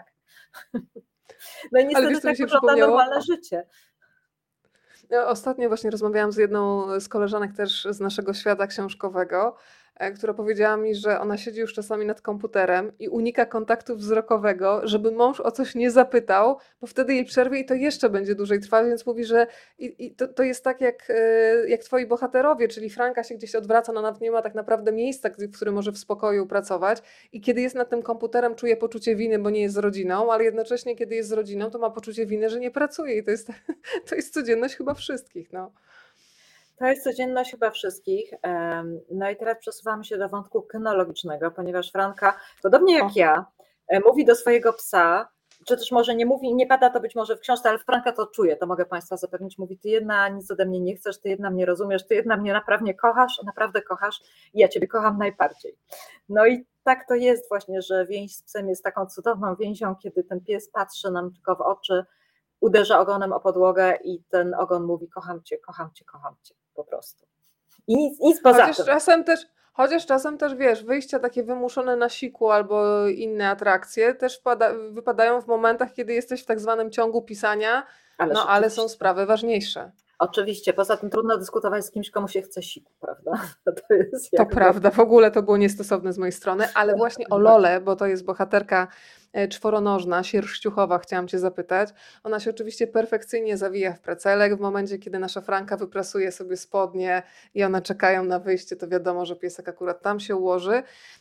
No i niestety tak wygląda normalne życie. Ostatnio właśnie rozmawiałam z jedną z koleżanek też z naszego świata książkowego e, która powiedziała mi, że ona siedzi już czasami nad komputerem i unika kontaktu wzrokowego, żeby mąż o coś nie zapytał, bo wtedy jej przerwie i to jeszcze będzie dłużej trwać, więc mówi, że i, i to, to jest tak jak, e, jak twoi bohaterowie, czyli Franka się gdzieś odwraca, ona nawet nie ma tak naprawdę miejsca, gdzie- w którym może w spokoju pracować i kiedy jest nad tym komputerem, czuje poczucie winy, bo nie jest z rodziną, ale jednocześnie kiedy jest z rodziną, to ma poczucie winy, że nie pracuje i to jest, to jest codzienność chyba wszystkich, no. To jest codzienność chyba wszystkich. No i teraz przesuwamy się do wątku kynologicznego, ponieważ Franka, podobnie jak O. ja, e, mówi do swojego psa, czy też może nie mówi, nie pada to być może w książce, ale Franka to czuje, to mogę Państwa zapewnić. Mówi, ty jedna nic ode mnie nie chcesz, ty jedna mnie rozumiesz, ty jedna mnie naprawdę kochasz, naprawdę kochasz i ja Ciebie kocham najbardziej. No i tak to jest właśnie, że więź z psem jest taką cudowną więzią, kiedy ten pies patrzy nam tylko w oczy, uderza ogonem o podłogę i ten ogon mówi kocham Cię, kocham Cię, kocham Cię po prostu. I nic, nic poza Chociaż tym. czasem też, chociaż czasem też wiesz, wyjścia takie wymuszone na siku albo inne atrakcje też wpada, wypadają w momentach, kiedy jesteś w tak zwanym ciągu pisania, Ale no ale są rzeczywiście. sprawy ważniejsze. Oczywiście, poza tym trudno dyskutować z kimś, komu się chce siku, prawda? To jest To jakby... prawda, w ogóle to było niestosowne z mojej strony, ale właśnie o Lolę, bo to jest bohaterka e, czworonożna, sierściuchowa, chciałam Cię zapytać. Ona się oczywiście perfekcyjnie zawija w precelek. W momencie, kiedy nasza Franka wyprasuje sobie spodnie i one czekają na wyjście, to wiadomo, że piesek akurat tam się ułoży.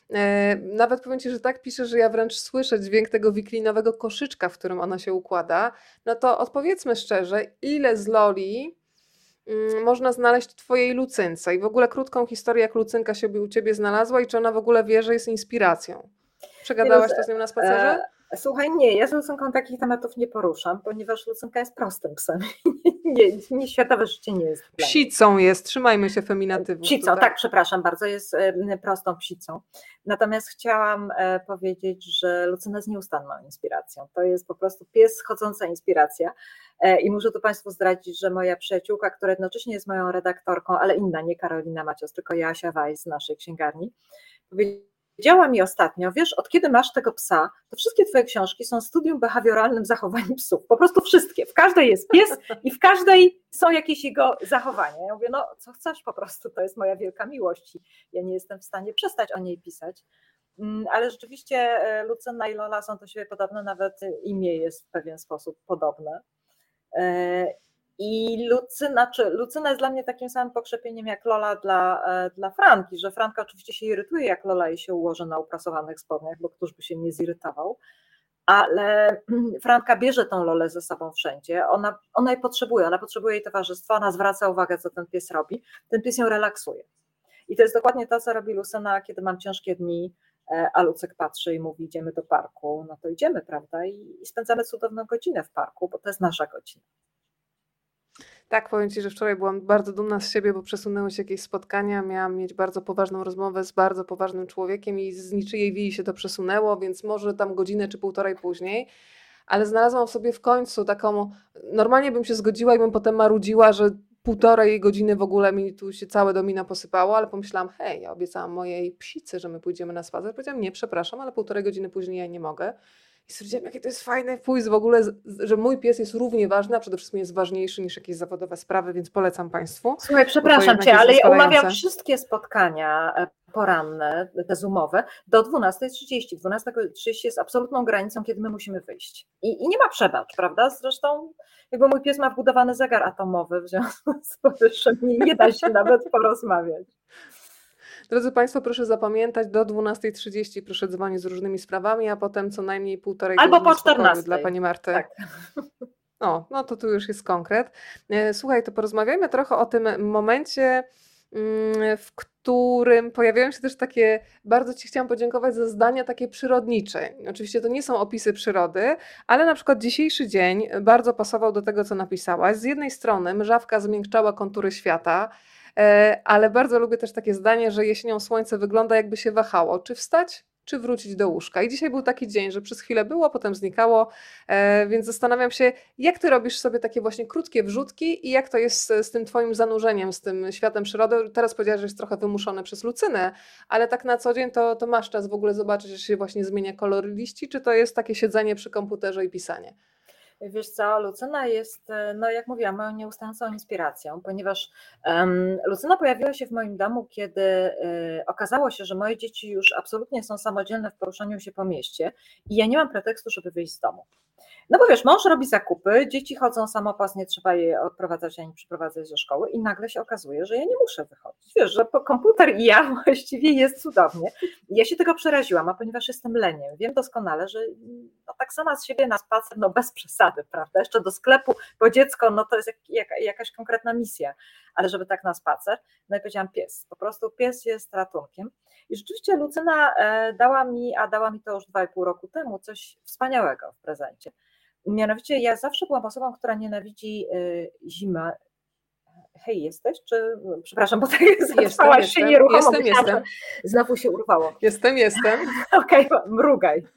E, Nawet powiem Ci, że tak pisze, że ja wręcz słyszę dźwięk tego wiklinowego koszyczka, w którym ona się układa. No to odpowiedzmy szczerze, ile z Loli mm, można znaleźć w twojej Lucynce i w ogóle krótką historię, jak Lucynka się u ciebie znalazła i czy ona w ogóle wie, że jest inspiracją. Przegadałaś to z nią na spacerze? E, Słuchaj, nie, ja z Lucynką takich tematów nie poruszam, ponieważ Lucynka jest prostym psem. Nie, nie, światowe życie nie jest. dla niej. Psicą jest, trzymajmy się feminatywów. Psicą, tutaj. tak, przepraszam bardzo, jest e, prostą psicą. Natomiast chciałam e, powiedzieć, że Lucyna jest nieustanną inspiracją. To jest po prostu pies chodząca inspiracja. E, I muszę tu Państwu zdradzić, że moja przyjaciółka, która jednocześnie jest moją redaktorką, ale inna, nie Karolina Macios, tylko Joasia Weiss z naszej księgarni, powiedziała mi ostatnio, wiesz, od kiedy masz tego psa, to wszystkie twoje książki są studium behawioralnym zachowań psów. Po prostu wszystkie. W każdej jest pies i w każdej są jakieś jego zachowania. Ja mówię, no co chcesz po prostu, to jest moja wielka miłość i ja nie jestem w stanie przestać o niej pisać. Ale rzeczywiście Lucyna i Lola są do siebie podobne, nawet imię jest w pewien sposób podobne. I Lucyna, czy Lucyna jest dla mnie takim samym pokrzepieniem jak Lola dla, dla Franki, że Franka oczywiście się irytuje, jak Lola jej się ułoży na uprasowanych spodniach, bo któż by się nie zirytował, ale Franka bierze tą Lolę ze sobą wszędzie, ona, ona jej potrzebuje, ona potrzebuje jej towarzystwa, ona zwraca uwagę, co ten pies robi, ten pies ją relaksuje. I to jest dokładnie to, co robi Lucyna, kiedy mam ciężkie dni, a Lucek patrzy i mówi, idziemy do parku, no to idziemy, prawda, i, i spędzamy cudowną godzinę w parku, bo to jest nasza godzina. Tak, powiem Ci, że wczoraj byłam bardzo dumna z siebie, bo przesunęły się jakieś spotkania, miałam mieć bardzo poważną rozmowę z bardzo poważnym człowiekiem i z niczyjej wili się to przesunęło, więc może tam godzinę czy półtorej później, ale znalazłam w sobie w końcu taką, normalnie bym się zgodziła i bym potem marudziła, że półtorej godziny w ogóle mi tu się całe domino posypało, ale pomyślałam, hej, ja obiecałam mojej psicy, że my pójdziemy na spacer. Powiedziałam, nie, przepraszam, ale półtorej godziny później ja nie mogę. I stwierdziłam, jakie to jest fajne pójść w ogóle, że mój pies jest równie ważny, a przede wszystkim jest ważniejszy niż jakieś zawodowe sprawy, więc polecam Państwu. Słuchaj, przepraszam Cię, ale ja umawiam wszystkie spotkania poranne, te zoomowe, do dwunastej trzydzieści. dwunasta trzydzieści jest absolutną granicą, kiedy my musimy wyjść. I, i nie ma przebacz, prawda? Zresztą jakby mój pies ma wbudowany zegar atomowy, w związku z powyższym nie da się nawet porozmawiać. Drodzy Państwo, proszę zapamiętać, do dwunastej trzydzieści proszę dzwonić z różnymi sprawami, a potem co najmniej półtorej Albo godziny po czternastej dla Pani Marty. Tak. O, no to tu już jest konkret. Słuchaj, to porozmawiajmy trochę o tym momencie, w którym pojawiają się też takie, bardzo Ci chciałam podziękować za zdania takie przyrodnicze. Oczywiście to nie są opisy przyrody, ale na przykład dzisiejszy dzień bardzo pasował do tego, co napisałaś. Z jednej strony mrzawka zmiękczała kontury świata, ale bardzo lubię też takie zdanie, że jesienią słońce wygląda, jakby się wahało, czy wstać, czy wrócić do łóżka. I dzisiaj był taki dzień, że przez chwilę było, potem znikało, więc zastanawiam się, jak Ty robisz sobie takie właśnie krótkie wrzutki i jak to jest z, z tym Twoim zanurzeniem, z tym światem przyrody. Teraz powiedziałaś, że jest trochę wymuszony przez Lucynę, ale tak na co dzień to, to masz czas w ogóle zobaczyć, że się właśnie zmienia kolor liści, czy to jest takie siedzenie przy komputerze i pisanie? Wiesz co, Lucyna jest, no jak mówiłam, moją nieustającą inspiracją, ponieważ um, Lucyna pojawiła się w moim domu, kiedy y, okazało się, że moje dzieci już absolutnie są samodzielne w poruszaniu się po mieście i ja nie mam pretekstu, żeby wyjść z domu. No bo wiesz, mąż robi zakupy, dzieci chodzą samopas, nie trzeba je odprowadzać ani przyprowadzać ze szkoły i nagle się okazuje, że ja nie muszę wychodzić. Wiesz, że komputer i ja właściwie jest cudownie. I ja się tego przeraziłam, a ponieważ jestem leniem, wiem doskonale, że no, tak sama z siebie na spacer, no bez przesady, prawda? Jeszcze do sklepu, bo dziecko, no to jest jak, jak, jakaś konkretna misja, ale żeby tak na spacer, no i powiedziałam pies, po prostu pies jest ratunkiem. I rzeczywiście Lucyna dała mi, a dała mi to już dwa i pół roku temu, coś wspaniałego w prezencie. Mianowicie ja zawsze byłam osobą, która nienawidzi zimy. Hej, jesteś? Czy, przepraszam, bo tak zatrwałaś się nieruchomo. Jestem, myślałam, jestem. Znowu się urwało. Jestem, jestem. Okej, okay, mrugaj.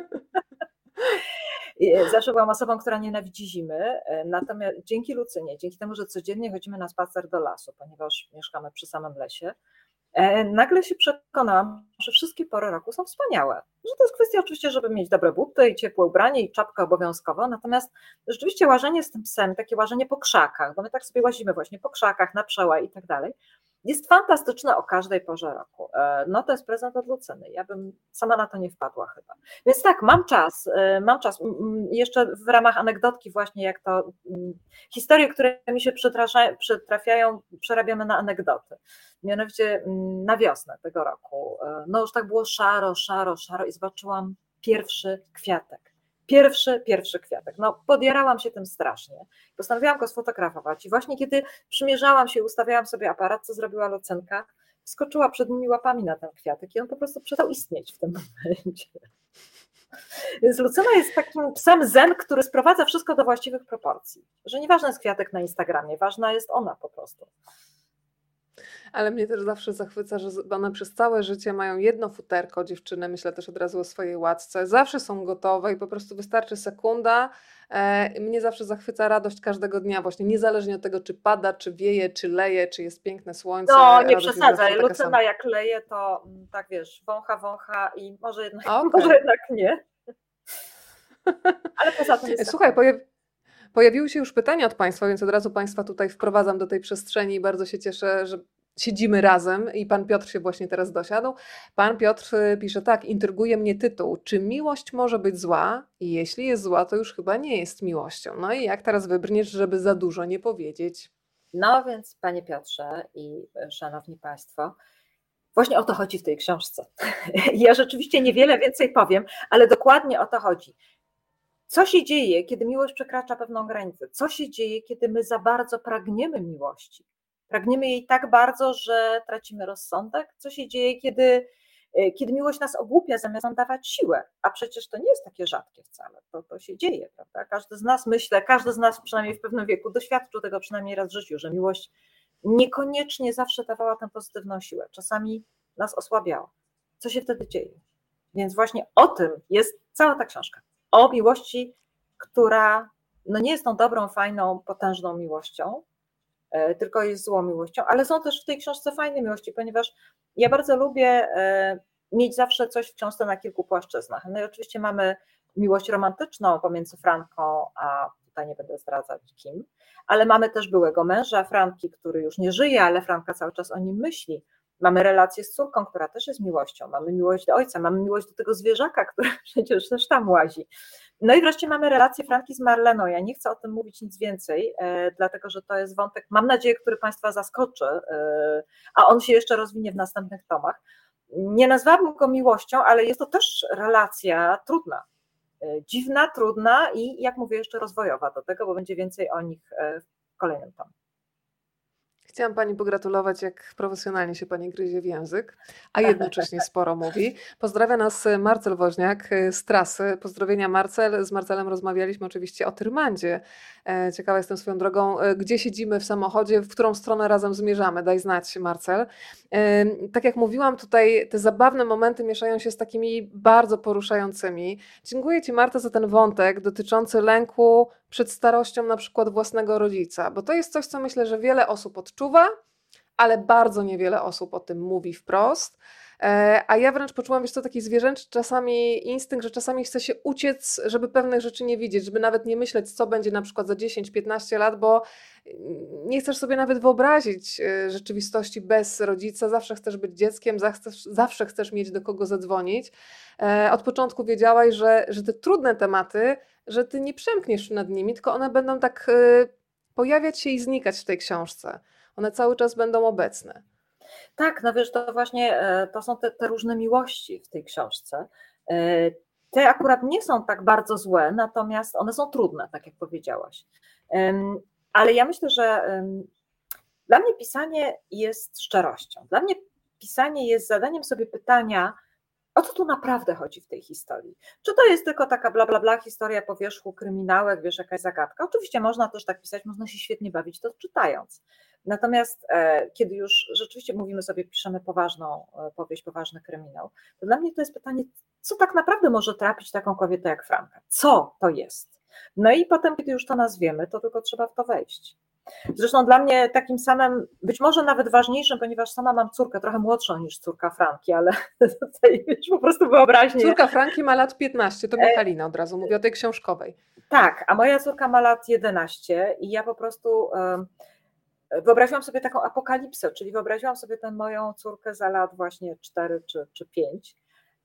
Zawsze byłam osobą, która nienawidzi zimy, natomiast dzięki Lucynie, dzięki temu, że codziennie chodzimy na spacer do lasu, ponieważ mieszkamy przy samym lesie, nagle się przekonałam, że wszystkie pory roku są wspaniałe. Że to jest kwestia oczywiście, żeby mieć dobre buty i ciepłe ubranie i czapkę obowiązkowo, natomiast rzeczywiście łażenie z tym psem, takie łażenie po krzakach, bo my tak sobie łazimy właśnie po krzakach, na przełaj i tak dalej, jest fantastyczne o każdej porze roku. No to jest prezent od Lucyny, ja bym sama na to nie wpadła chyba. Więc tak, mam czas, mam czas, jeszcze w ramach anegdotki właśnie, jak to historie, które mi się przytrafiają, przerabiamy na anegdoty. Mianowicie na wiosnę tego roku, no już tak było szaro, szaro, szaro i zobaczyłam pierwszy kwiatek. Pierwszy, pierwszy kwiatek. No podjarałam się tym strasznie. Postanowiłam go sfotografować i właśnie kiedy przymierzałam się i ustawiałam sobie aparat, co zrobiła Lucynka, wskoczyła przednimi łapami na ten kwiatek i on po prostu przestał istnieć w tym momencie. Więc Lucyna jest takim psem zen, który sprowadza wszystko do właściwych proporcji. Że nieważny jest kwiatek na Instagramie, ważna jest ona po prostu. Ale mnie też zawsze zachwyca, że one przez całe życie mają jedno futerko, dziewczyny, myślę też od razu o swojej łatce, zawsze są gotowe i po prostu wystarczy sekunda. Mnie zawsze zachwyca radość każdego dnia, właśnie niezależnie od tego, czy pada, czy wieje, czy leje, czy jest piękne słońce. No nie przesadzaj, Lucyna jak leje, to tak wiesz, wącha, wącha i może jednak, okay. może jednak nie. Ale poza tym jest Słuchaj, pojawi... pojawiły się już pytania od Państwa, więc od razu Państwa tutaj wprowadzam do tej przestrzeni i bardzo się cieszę, że siedzimy razem i pan Piotr się właśnie teraz dosiadł. Pan Piotr pisze tak, intryguje mnie tytuł, czy miłość może być zła? I jeśli jest zła, to już chyba nie jest miłością. No i jak teraz wybrniesz, żeby za dużo nie powiedzieć? No więc panie Piotrze i szanowni państwo, właśnie o to chodzi w tej książce. Ja rzeczywiście niewiele więcej powiem, ale dokładnie o to chodzi. Co się dzieje, kiedy miłość przekracza pewną granicę? Co się dzieje, kiedy my za bardzo pragniemy miłości? Pragniemy jej tak bardzo, że tracimy rozsądek? Co się dzieje, kiedy, kiedy miłość nas ogłupia, zamiast nam dawać siłę? A przecież to nie jest takie rzadkie wcale, to, to się dzieje, prawda? Każdy z nas, myślę, każdy z nas przynajmniej w pewnym wieku doświadczył tego przynajmniej raz w życiu, że miłość niekoniecznie zawsze dawała tę pozytywną siłę, czasami nas osłabiała. Co się wtedy dzieje? Więc właśnie o tym jest cała ta książka. O miłości, która no nie jest tą dobrą, fajną, potężną miłością, tylko jest złą miłością, ale są też w tej książce fajne miłości, ponieważ ja bardzo lubię mieć zawsze coś w książce na kilku płaszczyznach. No i oczywiście mamy miłość romantyczną pomiędzy Franką, a tutaj nie będę zdradzać kim, ale mamy też byłego męża Franki, który już nie żyje, ale Franka cały czas o nim myśli. Mamy relację z córką, która też jest miłością, mamy miłość do ojca, mamy miłość do tego zwierzaka, który przecież też tam łazi. No i wreszcie mamy relację Franki z Marleną. Ja nie chcę o tym mówić nic więcej, e, dlatego że to jest wątek, mam nadzieję, który Państwa zaskoczy, e, a on się jeszcze rozwinie w następnych tomach. Nie nazwałabym go miłością, ale jest to też relacja trudna, e, dziwna, trudna i jak mówię jeszcze rozwojowa do tego, bo będzie więcej o nich e, w kolejnym tomie. Chciałam Pani pogratulować, jak profesjonalnie się Pani gryzie w język, a jednocześnie sporo mówi. Pozdrawia nas Marcel Woźniak z trasy. Pozdrowienia Marcel. Z Marcelem rozmawialiśmy oczywiście o Tyrmandzie. Ciekawa jestem swoją drogą, gdzie siedzimy w samochodzie, w którą stronę razem zmierzamy. Daj znać, Marcel. Tak jak mówiłam, tutaj te zabawne momenty mieszają się z takimi bardzo poruszającymi. Dziękuję Ci, Marta, za ten wątek dotyczący lęku przed starością na przykład własnego rodzica, bo to jest coś, co myślę, że wiele osób odczuwa, ale bardzo niewiele osób o tym mówi wprost. A ja wręcz poczułam, wiesz co, taki zwierzęczy czasami instynkt, że czasami chce się uciec, żeby pewnych rzeczy nie widzieć, żeby nawet nie myśleć, co będzie na przykład za dziesięć piętnaście lat, bo nie chcesz sobie nawet wyobrazić rzeczywistości bez rodzica, zawsze chcesz być dzieckiem, zawsze chcesz mieć do kogo zadzwonić. Od początku wiedziałaś, że, że te trudne tematy, że ty nie przemkniesz nad nimi, tylko one będą tak pojawiać się i znikać w tej książce. One cały czas będą obecne. Tak, no wiesz, to właśnie to są te, te różne miłości w tej książce. Te akurat nie są tak bardzo złe, natomiast one są trudne, tak jak powiedziałaś. Ale ja myślę, że dla mnie pisanie jest szczerością. Dla mnie pisanie jest zadaniem sobie pytania, o co tu naprawdę chodzi w tej historii? Czy to jest tylko taka bla bla bla historia po wierzchu, kryminałek, wiesz, jakaś zagadka? Oczywiście można też tak pisać, można się świetnie bawić to czytając. Natomiast e, kiedy już rzeczywiście mówimy sobie, piszemy poważną e, powieść, poważny kryminał, to dla mnie to jest pytanie, co tak naprawdę może trapić taką kobietę jak Franka? Co to jest? No i potem, kiedy już to nazwiemy, to tylko trzeba w to wejść. Zresztą dla mnie takim samym, być może nawet ważniejszym, ponieważ sama mam córkę, trochę młodszą niż córka Franki, ale tutaj już po prostu wyobraźnię. Córka Franki ma lat piętnaście, to Michalina od razu, mówię o tej książkowej. Tak, a moja córka ma lat jedenaście i ja po prostu wyobraziłam sobie taką apokalipsę, czyli wyobraziłam sobie tę moją córkę za lat właśnie cztery czy, czy pięć.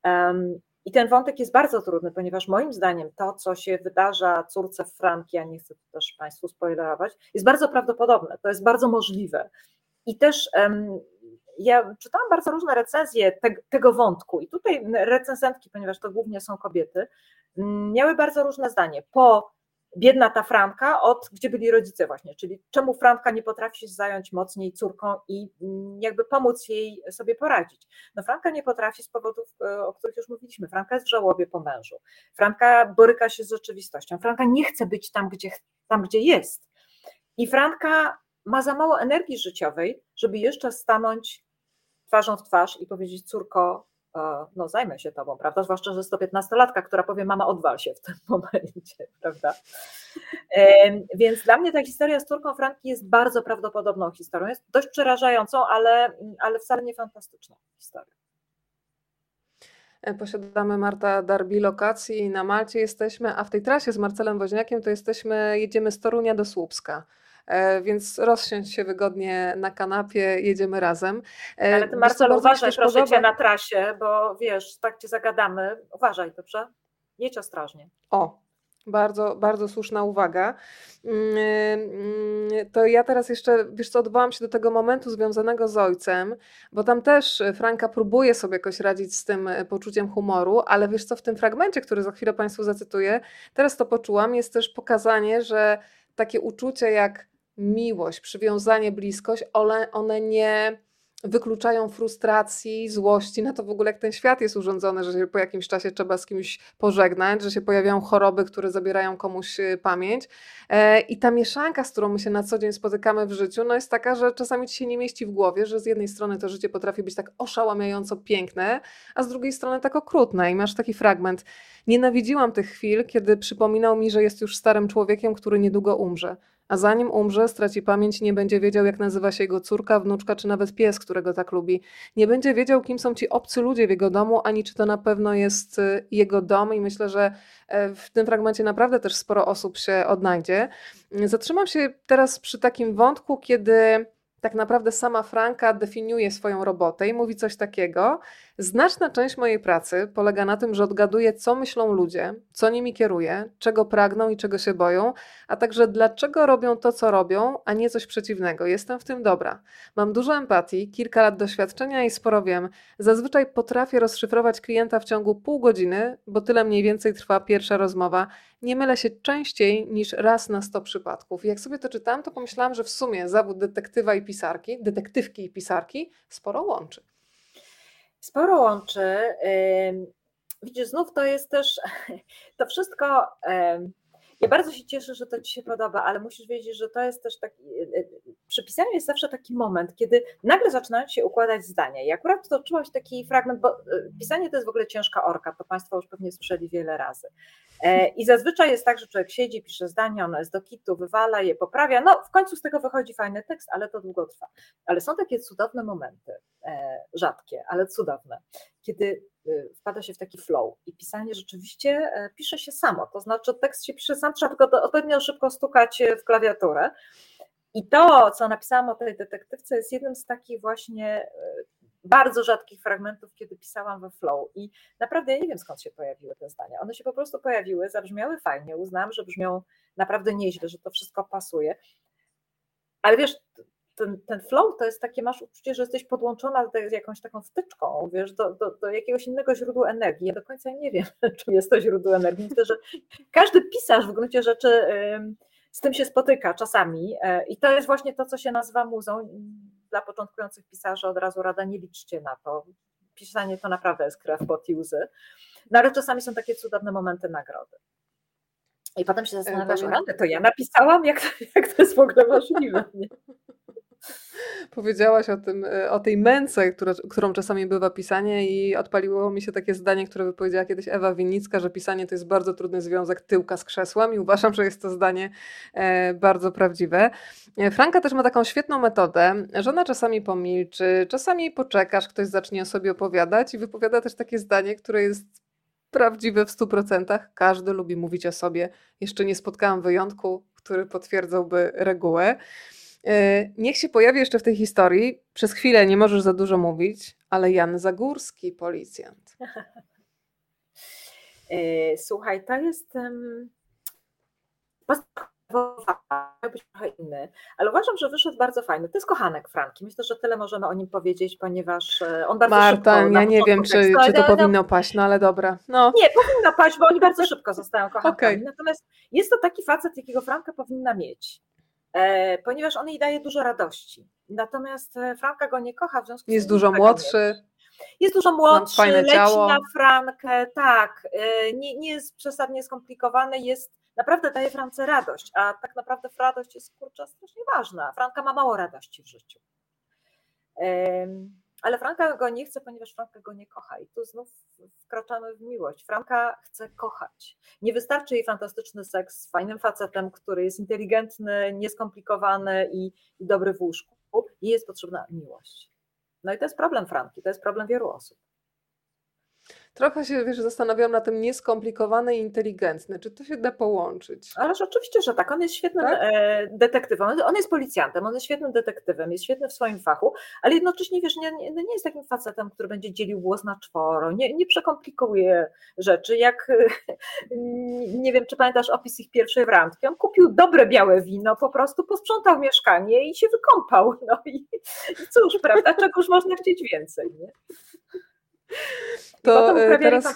I ten wątek jest bardzo trudny, ponieważ moim zdaniem to, co się wydarza córce Franki, ja nie chcę też Państwu spoilerować, jest bardzo prawdopodobne, to jest bardzo możliwe. I też um, ja czytałam bardzo różne recenzje te, tego wątku i tutaj recenzentki, ponieważ to głównie są kobiety, miały bardzo różne zdanie. Po biedna ta Franka od gdzie byli rodzice właśnie, czyli czemu Franka nie potrafi się zająć mocniej córką i jakby pomóc jej sobie poradzić. No Franka nie potrafi z powodów, o których już mówiliśmy. Franka jest w żałobie po mężu. Franka boryka się z rzeczywistością. Franka nie chce być tam, gdzie, tam, gdzie jest. I Franka ma za mało energii życiowej, żeby jeszcze stanąć twarzą w twarz i powiedzieć, córko, no zajmę się tobą, prawda? Zwłaszcza, że jest to piętnastolatka, która powie, mama, odwal się w tym momencie, prawda? Więc dla mnie ta historia z córką Franki jest bardzo prawdopodobną historią. Jest dość przerażającą, ale, ale wcale nie fantastyczną historią. Posiadamy, Marta, dar bilokacji, na Malcie jesteśmy, a w tej trasie z Marcelem Woźniakiem to jesteśmy, jedziemy z Torunia do Słupska. Więc rozsiądź się wygodnie na kanapie, jedziemy razem. Ale ty, Marcel, uważaj proszę podoba... cię na trasie, bo wiesz, tak cię zagadamy. Uważaj, dobrze? Jedź ostrożnie. O, bardzo, bardzo słuszna uwaga. To ja teraz jeszcze, wiesz co, odwołam się do tego momentu związanego z ojcem, bo tam też Franka próbuje sobie jakoś radzić z tym poczuciem humoru, ale wiesz co, w tym fragmencie, który za chwilę Państwu zacytuję, teraz to poczułam, jest też pokazanie, że takie uczucie jak miłość, przywiązanie, bliskość, one, one nie wykluczają frustracji, złości na to w ogóle, jak ten świat jest urządzony, że się po jakimś czasie trzeba z kimś pożegnać, że się pojawiają choroby, które zabierają komuś pamięć. I ta mieszanka, z którą my się na co dzień spotykamy w życiu, no jest taka, że czasami ci się nie mieści w głowie, że z jednej strony to życie potrafi być tak oszałamiająco piękne, a z drugiej strony tak okrutne. I masz taki fragment. Nienawidziłam tych chwil, kiedy przypominał mi, że jest już starym człowiekiem, który niedługo umrze. A zanim umrze, straci pamięć, nie będzie wiedział, jak nazywa się jego córka, wnuczka, czy nawet pies, którego tak lubi. Nie będzie wiedział, kim są ci obcy ludzie w jego domu, ani czy to na pewno jest jego dom. I myślę, że w tym fragmencie naprawdę też sporo osób się odnajdzie. Zatrzymam się teraz przy takim wątku, kiedy tak naprawdę sama Franka definiuje swoją robotę i mówi coś takiego. Znaczna część mojej pracy polega na tym, że odgaduję, co myślą ludzie, co nimi kieruje, czego pragną i czego się boją, a także dlaczego robią to, co robią, a nie coś przeciwnego. Jestem w tym dobra. Mam dużo empatii, kilka lat doświadczenia i sporo wiem. Zazwyczaj potrafię rozszyfrować klienta w ciągu pół godziny, bo tyle mniej więcej trwa pierwsza rozmowa. Nie mylę się częściej niż raz na sto przypadków. I jak sobie to czytałam, to pomyślałam, że w sumie zawód detektywa i pisarki, detektywki i pisarki sporo łączy. Sporo łączy. Widzisz, znów to jest też, to wszystko, ja bardzo się cieszę, że to ci się podoba, ale musisz wiedzieć, że to jest też taki, przy pisaniu jest zawsze taki moment, kiedy nagle zaczynają się układać zdania i akurat to czułaś taki fragment, bo pisanie to jest w ogóle ciężka orka, to Państwo już pewnie słyszeli wiele razy. I zazwyczaj jest tak, że człowiek siedzi, pisze zdanie, ono jest do kitu, wywala je, poprawia, no w końcu z tego wychodzi fajny tekst, ale to długo trwa. Ale są takie cudowne momenty, rzadkie, ale cudowne, kiedy wpada się w taki flow i pisanie rzeczywiście pisze się samo, to znaczy tekst się pisze sam, trzeba tylko odpowiednio szybko stukać w klawiaturę. I to, co napisałam o tej detektywce, jest jednym z takich właśnie bardzo rzadkich fragmentów, kiedy pisałam we flow i naprawdę ja nie wiem, skąd się pojawiły te zdania. One się po prostu pojawiły, zabrzmiały fajnie, uznałam, że brzmią naprawdę nieźle, że to wszystko pasuje. Ale wiesz, ten, ten flow to jest takie, masz uczucie, że jesteś podłączona z jakąś taką wtyczką, wiesz, do, do, do jakiegoś innego źródła energii. Ja do końca nie wiem, czym jest to źródło energii. Myślę, że każdy pisarz w gruncie rzeczy z tym się spotyka czasami i to jest właśnie to, co się nazywa muzą. Dla początkujących pisarzy od razu rada, nie liczcie na to. Pisanie to naprawdę jest krew, pot i łzy. No ale czasami są takie cudowne momenty nagrody. I potem się zastanawiasz, rany, to ja napisałam? Jak to, jak to jest w ogóle możliwe? Nie? Powiedziałaś o tym, o tej męce, która, którą czasami bywa pisanie i odpaliło mi się takie zdanie, które wypowiedziała kiedyś Ewa Winnicka, że pisanie to jest bardzo trudny związek tyłka z krzesłem i uważam, że jest to zdanie bardzo prawdziwe. Franka też ma taką świetną metodę, że ona czasami pomilczy, czasami poczekasz, ktoś zacznie o sobie opowiadać i wypowiada też takie zdanie, które jest prawdziwe w stu procentach. Każdy lubi mówić o sobie. Jeszcze nie spotkałam wyjątku, który potwierdzałby regułę. Niech się pojawi jeszcze w tej historii. Przez chwilę nie możesz za dużo mówić, ale Jan Zagórski, policjant. Słuchaj, to jest um, być trochę inny, ale uważam, że wyszedł bardzo fajny. To jest kochanek Franki. Myślę, że tyle możemy o nim powiedzieć, ponieważ on bardzo Marta, szybko... ja nie wiem, czy, czy to no, powinno paść, no ale dobra. No. Nie, powinno paść, bo oni bardzo szybko zostają kochankami. Okay. Natomiast jest to taki facet, jakiego Franka powinna mieć. Ponieważ on jej daje dużo radości. Natomiast Franka go nie kocha, w związku z tym jest dużo młodszy. Jest dużo młodszy, leci ciało. na Frankę, tak, nie, nie jest przesadnie skomplikowany, jest, naprawdę daje France radość, a tak naprawdę radość jest, kurczę, strasznie ważna. Franka ma mało radości w życiu. Ale Franka go nie chce, ponieważ Franka go nie kocha i tu znów wkraczamy w miłość. Franka chce kochać. Nie wystarczy jej fantastyczny seks z fajnym facetem, który jest inteligentny, nieskomplikowany i, i dobry w łóżku. Jej jest potrzebna miłość. No i to jest problem Franki, to jest problem wielu osób. Trochę się, wiesz, zastanawiam na tym nieskomplikowane i inteligentne. Czy to się da połączyć? Ależ oczywiście, że tak. On jest świetnym tak? detektywem. On jest policjantem, on jest świetnym detektywem, jest świetny w swoim fachu, ale jednocześnie, wiesz, nie, nie, nie jest takim facetem, który będzie dzielił głos na czworo, nie, nie przekomplikuje rzeczy. Jak, nie wiem, czy pamiętasz opis ich pierwszej randki, on kupił dobre białe wino, po prostu posprzątał mieszkanie i się wykąpał. No i, i cóż, prawda, czegoż można chcieć więcej, nie? To teraz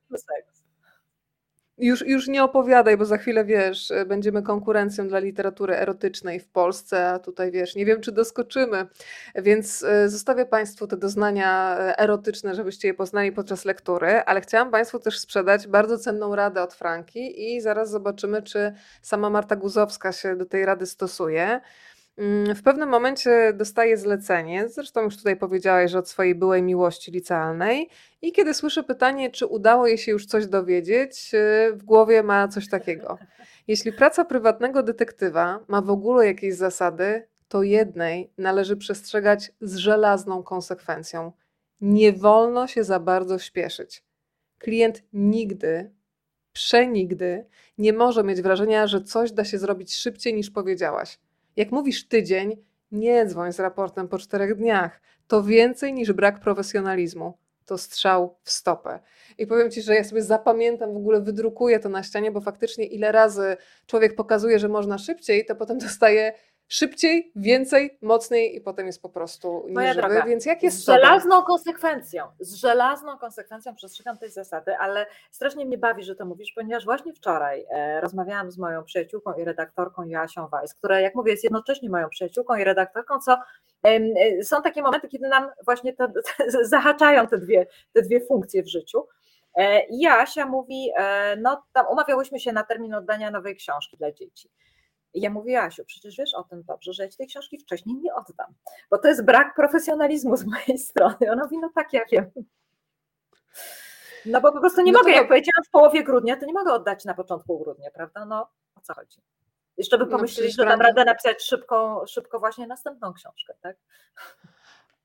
już, już nie opowiadaj, bo za chwilę, wiesz, będziemy konkurencją dla literatury erotycznej w Polsce, a tutaj, wiesz, nie wiem, czy doskoczymy, więc zostawię Państwu te doznania erotyczne, żebyście je poznali podczas lektury, ale chciałam Państwu też sprzedać bardzo cenną radę od Franki i zaraz zobaczymy, czy sama Marta Guzowska się do tej rady stosuje. W pewnym momencie dostaje zlecenie, zresztą już tutaj powiedziałaś, że od swojej byłej miłości licealnej i kiedy słyszę pytanie, czy udało jej się już coś dowiedzieć, w głowie ma coś takiego. Jeśli praca prywatnego detektywa ma w ogóle jakieś zasady, to jednej należy przestrzegać z żelazną konsekwencją. Nie wolno się za bardzo śpieszyć. Klient nigdy, przenigdy nie może mieć wrażenia, że coś da się zrobić szybciej niż powiedziałaś. Jak mówisz tydzień, nie dzwoń z raportem po czterech dniach. To więcej niż brak profesjonalizmu. To strzał w stopę. I powiem Ci, że ja sobie zapamiętam, w ogóle wydrukuję to na ścianie, bo faktycznie ile razy człowiek pokazuje, że można szybciej, to potem dostaje szybciej, więcej, mocniej i potem jest po prostu nieżywy. Więc jak jest z żelazną konsekwencją, z żelazną konsekwencją przestrzegam tej zasady, ale strasznie mnie bawi, że to mówisz, ponieważ właśnie wczoraj e, rozmawiałam z moją przyjaciółką i redaktorką Joasią Weiss, która, jak mówię, jest jednocześnie moją przyjaciółką i redaktorką, co e, e, są takie momenty, kiedy nam właśnie te, te, zahaczają te dwie, te dwie funkcje w życiu. E, I Joasia mówi, e, no tam umawiałyśmy się na termin oddania nowej książki dla dzieci. I ja mówię, Asiu, przecież wiesz o tym dobrze, że ja ci tej książki wcześniej nie oddam, bo to jest brak profesjonalizmu z mojej strony. Ona mówi, no tak, ja wiem. No bo po prostu nie no mogę, to... jak powiedziałam w połowie grudnia, to nie mogę oddać na początku grudnia, prawda? No o co chodzi? Jeszcze by pomyśleli, no że dam radę napisać szybko, szybko właśnie następną książkę, tak?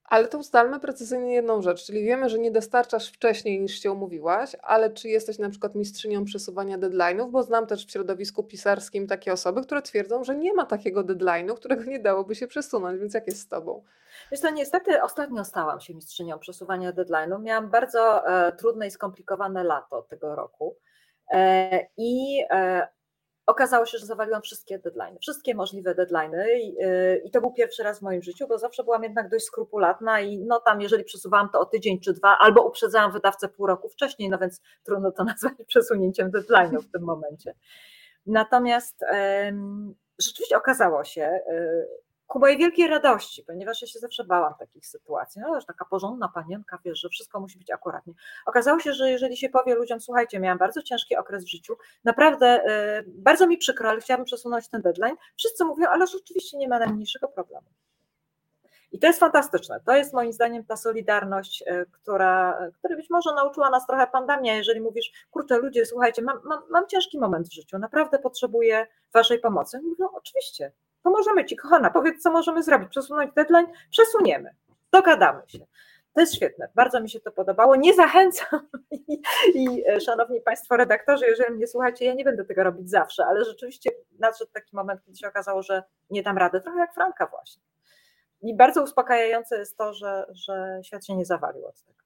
Ale to ustalmy precyzyjnie jedną rzecz, czyli wiemy, że nie dostarczasz wcześniej niż się umówiłaś, ale czy jesteś na przykład mistrzynią przesuwania deadline'ów, bo znam też w środowisku pisarskim takie osoby, które twierdzą, że nie ma takiego deadline'u, którego nie dałoby się przesunąć, więc jak jest z tobą? Wiesz co, niestety ostatnio stałam się mistrzynią przesuwania deadline'u. Miałam bardzo e, trudne i skomplikowane lato tego roku e, i e, okazało się, że zawaliłam wszystkie deadline'y, wszystkie możliwe deadline'y i, y, i to był pierwszy raz w moim życiu, bo zawsze byłam jednak dość skrupulatna i no tam jeżeli przesuwałam to o tydzień czy dwa, albo uprzedzałam wydawcę pół roku wcześniej, no więc trudno to nazwać przesunięciem deadline'u w tym momencie. Natomiast em, rzeczywiście okazało się, y, ku mojej wielkiej radości, ponieważ ja się zawsze bałam takich sytuacji, no już taka porządna panienka, wiesz, że wszystko musi być akuratnie. Okazało się, że jeżeli się powie ludziom, słuchajcie, miałam bardzo ciężki okres w życiu, naprawdę y, bardzo mi przykro, ale chciałabym przesunąć ten deadline, wszyscy mówią, ale rzeczywiście nie ma najmniejszego problemu. I to jest fantastyczne. To jest moim zdaniem ta solidarność, y, która, która być może nauczyła nas trochę pandemia, jeżeli mówisz, kurczę ludzie, słuchajcie, mam, mam, mam ciężki moment w życiu, naprawdę potrzebuję waszej pomocy. Mówią, oczywiście, pomożemy ci, kochana, powiedz, co możemy zrobić, przesunąć deadline, przesuniemy, dogadamy się. To jest świetne, bardzo mi się to podobało, nie zachęcam i, i szanowni państwo redaktorzy, jeżeli mnie słuchacie, ja nie będę tego robić zawsze, ale rzeczywiście nadszedł taki moment, kiedy się okazało, że nie dam rady, trochę jak Franka właśnie. I bardzo uspokajające jest to, że, że świat się nie zawalił od tego.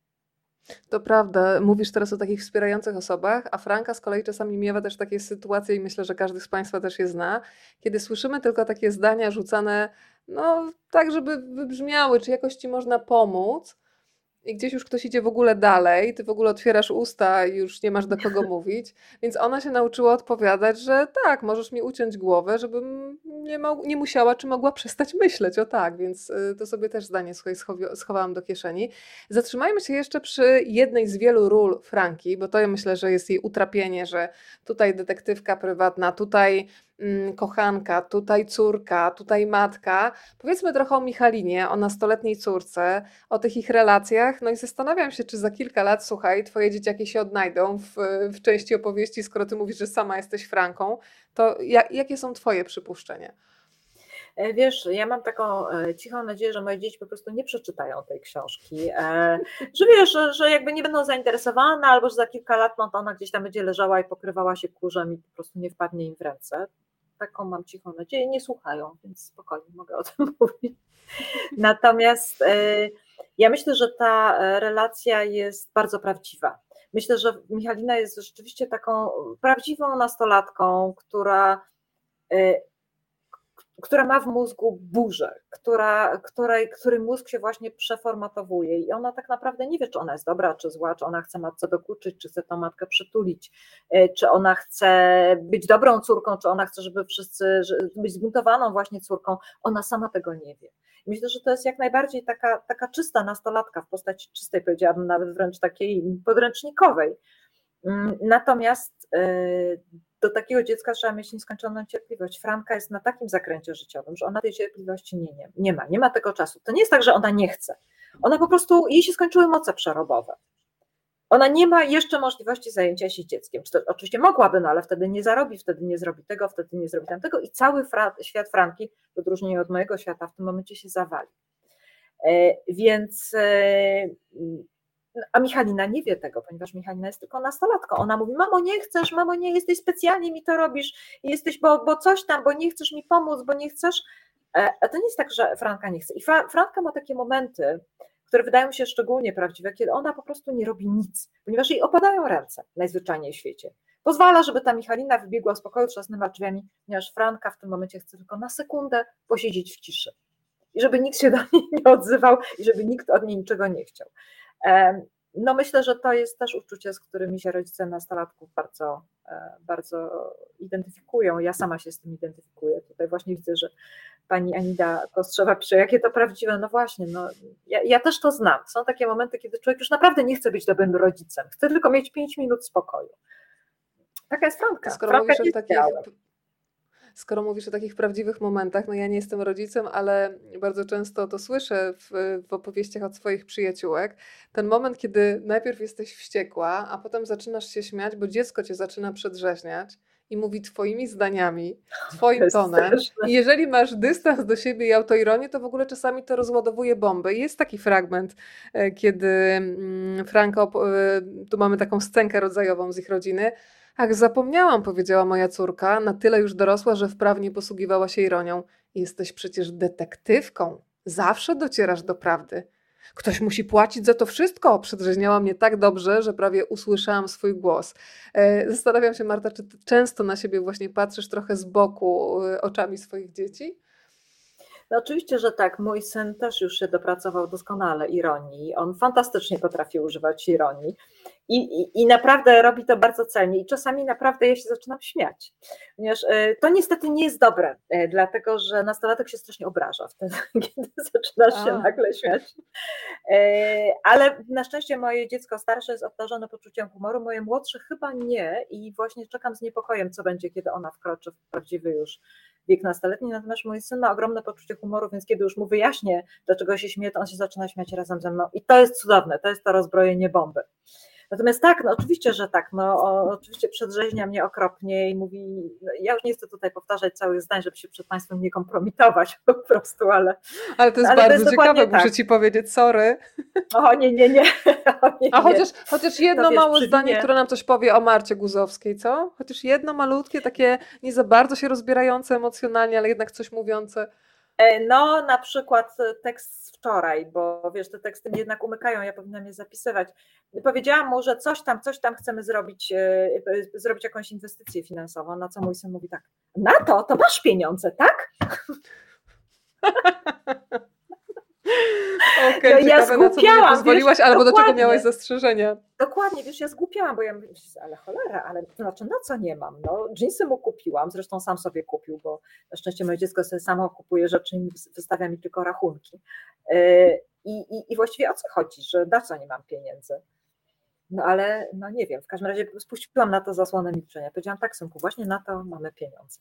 To prawda, mówisz teraz o takich wspierających osobach, a Franka z kolei czasami miewa też takie sytuacje i myślę, że każdy z Państwa też je zna, kiedy słyszymy tylko takie zdania rzucane, no tak, żeby wybrzmiały, czy jakoś Ci można pomóc i gdzieś już ktoś idzie w ogóle dalej, Ty w ogóle otwierasz usta i już nie masz do kogo mówić, więc ona się nauczyła odpowiadać, że tak, możesz mi uciąć głowę, żebym nie, mo- nie musiała czy mogła przestać myśleć, o tak, więc y, to sobie też zdanie słuchaj, schowi- schowałam do kieszeni. Zatrzymajmy się jeszcze przy jednej z wielu ról Franki, bo to ja myślę, że jest jej utrapienie, że tutaj detektywka prywatna, tutaj mm, kochanka, tutaj córka, tutaj matka. Powiedzmy trochę o Michalinie, o nastoletniej córce, o tych ich relacjach. No i zastanawiam się, czy za kilka lat, słuchaj, twoje dzieciaki się odnajdą w, w części opowieści, skoro ty mówisz, że sama jesteś Franką, to jak, jakie są twoje przypuszczenia? Wiesz, ja mam taką cichą nadzieję, że moje dzieci po prostu nie przeczytają tej książki, że wiesz, że, że jakby nie będą zainteresowane, albo że za kilka lat no to ona gdzieś tam będzie leżała i pokrywała się kurzem i po prostu nie wpadnie im w ręce. Taką mam cichą nadzieję, nie słuchają, więc spokojnie mogę o tym mówić. Natomiast ja myślę, że ta relacja jest bardzo prawdziwa. Myślę, że Michalina jest rzeczywiście taką prawdziwą nastolatką, która która ma w mózgu burzę, która, której, który mózg się właśnie przeformatowuje i ona tak naprawdę nie wie, czy ona jest dobra, czy zła, czy ona chce matce dokuczyć, czy chce tą matkę przytulić, czy ona chce być dobrą córką, czy ona chce, żeby wszyscy, być zbuntowaną właśnie córką, ona sama tego nie wie. I myślę, że to jest jak najbardziej taka, taka czysta nastolatka w postaci czystej, powiedziałabym nawet wręcz takiej podręcznikowej. Natomiast do takiego dziecka trzeba mieć nieskończoną cierpliwość. Franka jest na takim zakręcie życiowym, że ona tej cierpliwości nie, nie, nie ma, nie ma tego czasu. To nie jest tak, że ona nie chce. Ona po prostu, jej się skończyły moce przerobowe. Ona nie ma jeszcze możliwości zajęcia się dzieckiem. Czy to, oczywiście mogłaby, no ale wtedy nie zarobi, wtedy nie zrobi tego, wtedy nie zrobi tamtego i cały fra, świat Franki, w odróżnieniu od mojego świata, w tym momencie się zawali. E, więc... E, A Michalina nie wie tego, ponieważ Michalina jest tylko nastolatką. Ona mówi, mamo nie chcesz, mamo nie jesteś, specjalnie mi to robisz, jesteś, bo, bo coś tam, bo nie chcesz mi pomóc, bo nie chcesz. A to nie jest tak, że Franka nie chce. I Franka ma takie momenty, które wydają mi się szczególnie prawdziwe, kiedy ona po prostu nie robi nic, ponieważ jej opadają ręce najzwyczajniej w świecie. Pozwala, żeby ta Michalina wybiegła z pokoju trzasnęła drzwiami, ponieważ Franka w tym momencie chce tylko na sekundę posiedzieć w ciszy. I żeby nikt się do niej nie odzywał i żeby nikt od niej niczego nie chciał. No myślę, że to jest też uczucie, z którymi się rodzice nastolatków bardzo, bardzo identyfikują. Ja sama się z tym identyfikuję. Tutaj właśnie widzę, że pani Anida Kostrzewa pisze, jakie to prawdziwe. No właśnie, no, ja, ja też to znam. Są takie momenty, kiedy człowiek już naprawdę nie chce być dobrym rodzicem. Chce tylko mieć pięć minut spokoju. Taka jest Franka. Skoro Franka mówisz o jest takich, biała. skoro mówisz o takich prawdziwych momentach, no ja nie jestem rodzicem, ale bardzo często to słyszę w, w opowieściach od swoich przyjaciółek. Ten moment, kiedy najpierw jesteś wściekła, a potem zaczynasz się śmiać, bo dziecko cię zaczyna przedrzeźniać i mówi twoimi zdaniami, To twoim jest tonem. straszne. I jeżeli masz dystans do siebie i autoironię, to w ogóle czasami to rozładowuje bombę. I jest taki fragment, e, kiedy mm, Franka, op- e, tu mamy taką scenkę rodzajową z ich rodziny. Ach, zapomniałam, powiedziała moja córka, na tyle już dorosła, że wprawnie posługiwała się ironią. Jesteś przecież detektywką. Zawsze docierasz do prawdy. Ktoś musi płacić za to wszystko. Przedrzeźniała mnie tak dobrze, że prawie usłyszałam swój głos. E, Zastanawiam się, Marta, czy ty często na siebie właśnie patrzysz trochę z boku e, oczami swoich dzieci? No oczywiście, że tak. Mój syn też już się dopracował doskonale ironii. On fantastycznie potrafi używać ironii i, i, i naprawdę robi to bardzo celnie. I czasami naprawdę ja się zaczynam śmiać. Ponieważ e, to niestety nie jest dobre, e, dlatego że nastolatek się strasznie obraża wtedy, kiedy zaczynasz się A. nagle śmiać. E, Ale na szczęście moje dziecko starsze jest obdarzone poczuciem humoru, moje młodsze chyba nie i właśnie czekam z niepokojem, co będzie, kiedy ona wkroczy w prawdziwy już wiek nastoletni, natomiast mój syn ma ogromne poczucie humoru, więc kiedy już mu wyjaśnię, dlaczego się śmieje, to on się zaczyna śmiać razem ze mną i to jest cudowne, to jest to rozbrojenie bomby. Natomiast tak, no oczywiście, że tak, no o, oczywiście przedrzeźnia mnie okropnie i mówi, no, ja już nie chcę tutaj powtarzać całych zdań, żeby się przed Państwem nie kompromitować po prostu, ale... Ale to jest ale to bardzo jest ciekawe, dokładnie muszę tak. ci powiedzieć, sorry. O nie, nie, nie. O, nie, A nie. chociaż, chociaż jedno To wiesz, małe przy zdanie, winie- które nam coś powie o Marcie Guzowskiej, co? Chociaż jedno malutkie, takie nie za bardzo się rozbierające emocjonalnie, ale jednak coś mówiące. E, No, na przykład e, tekst z wczoraj, bo wiesz, te teksty mnie jednak umykają, ja powinnam je zapisywać. Powiedziałam mu, że coś tam, coś tam chcemy zrobić, e, e, zrobić jakąś inwestycję finansową, na co mój syn mówi tak, na to, to masz pieniądze, tak? Okej, No, ja ciekawe, na co mu nie zgłupiałam, pozwoliłaś, wiesz, albo do czego dokładnie. miałaś zastrzeżenia. Dokładnie, wiesz, ja zgłupiałam, bo ja myślę, ale cholera, ale to znaczy na co nie mam? No, dżinsy mu kupiłam, zresztą sam sobie kupił, bo na szczęście moje dziecko sobie samo kupuje rzeczy i wystawia mi tylko rachunki. Yy, I, i, I właściwie o co chodzi, że na co nie mam pieniędzy? No ale no nie wiem, w każdym razie spuściłam na to zasłonę milczenia. Powiedziałam tak, synku, właśnie na to mamy pieniądze.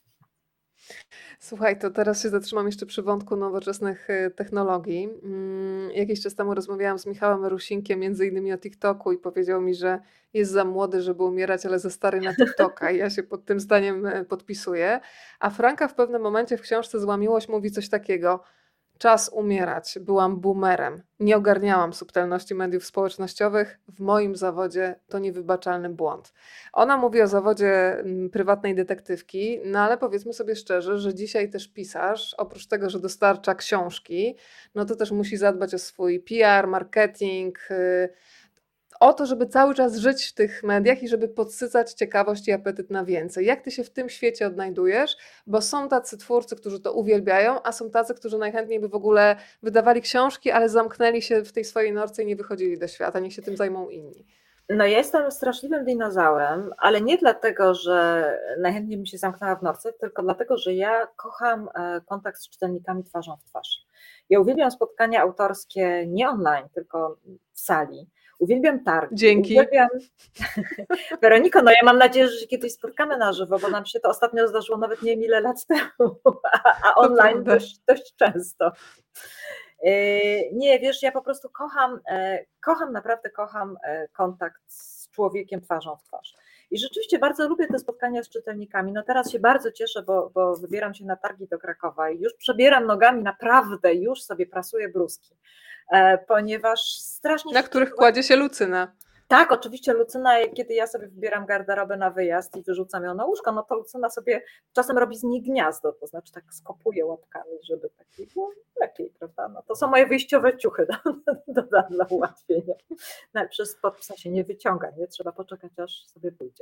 Słuchaj, to teraz się zatrzymam jeszcze przy wątku nowoczesnych y, technologii. Mm, Jakiś czas temu rozmawiałam z Michałem Rusinkiem między innymi o TikToku i powiedział mi, że jest za młody, żeby umierać, ale za stary na TikToka i ja się pod tym zdaniem y, podpisuję. A Franka w pewnym momencie w książce Zła miłość mówi coś takiego: czas umierać, byłam boomerem, nie ogarniałam subtelności mediów społecznościowych, w moim zawodzie to niewybaczalny błąd. Ona mówi o zawodzie mm, prywatnej detektywki, no ale powiedzmy sobie szczerze, że dzisiaj też pisarz, oprócz tego, że dostarcza książki, no to też musi zadbać o swój P R, marketing, y, o to, żeby cały czas żyć w tych mediach i żeby podsycać ciekawość i apetyt na więcej. Jak ty się w tym świecie odnajdujesz? Bo są tacy twórcy, którzy to uwielbiają, a są tacy, którzy najchętniej by w ogóle wydawali książki, ale zamknęli się w tej swojej norce i nie wychodzili do świata. Niech się tym zajmą inni. No ja jestem straszliwym dinozaurem, ale nie dlatego, że najchętniej bym się zamknęła w norce, tylko dlatego, że ja kocham e, kontakt z czytelnikami twarzą w twarz. Ja uwielbiam spotkania autorskie nie online, tylko w sali. Uwielbiam targi. Dzięki. Uwielbiam... Weroniko, no ja mam nadzieję, że się kiedyś spotkamy na żywo, bo nam się to ostatnio zdarzyło nawet nie wiem ile lat temu, a, a online prawda. dość, dość często. Yy, Nie, wiesz, ja po prostu kocham, e, kocham, naprawdę kocham e, kontakt z człowiekiem twarzą w twarz. I rzeczywiście bardzo lubię te spotkania z czytelnikami. No teraz się bardzo cieszę, bo, bo wybieram się na targi do Krakowa i już przebieram nogami, naprawdę już sobie prasuję bluzki, e, ponieważ strasznie... Na się których cieszę- kładzie się Lucyna. Tak, oczywiście Lucyna, kiedy ja sobie wybieram garderobę na wyjazd i wyrzucam ją na łóżko, no to Lucyna sobie czasem robi z niej gniazdo, to znaczy tak skopuje łapkami, żeby tak było lepiej, prawda? No to są moje wyjściowe ciuchy, dodam dla ułatwienia. No, ale przez spod psa się nie wyciąga, nie? Trzeba poczekać, aż sobie pójdzie.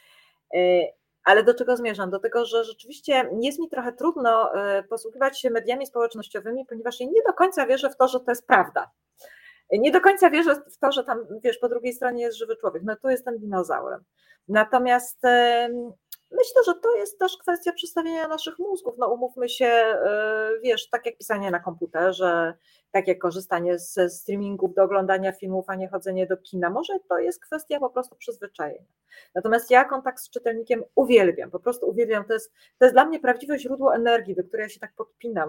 Ale do czego zmierzam? Do tego, że rzeczywiście jest mi trochę trudno posługiwać się mediami społecznościowymi, ponieważ ja nie do końca wierzę w to, że to jest prawda. Nie do końca wierzę w to, że tam, wiesz, po drugiej stronie jest żywy człowiek. No tu jestem dinozaurem. Natomiast e, myślę, że to jest też kwestia przestawienia naszych mózgów. No umówmy się, e, wiesz, tak jak pisanie na komputerze, tak jak korzystanie ze streamingów do oglądania filmów, a nie chodzenie do kina. Może to jest kwestia po prostu przyzwyczajenia. Natomiast ja kontakt z czytelnikiem uwielbiam, po prostu uwielbiam. To jest, to jest dla mnie prawdziwe źródło energii, do której ja się tak podpinam.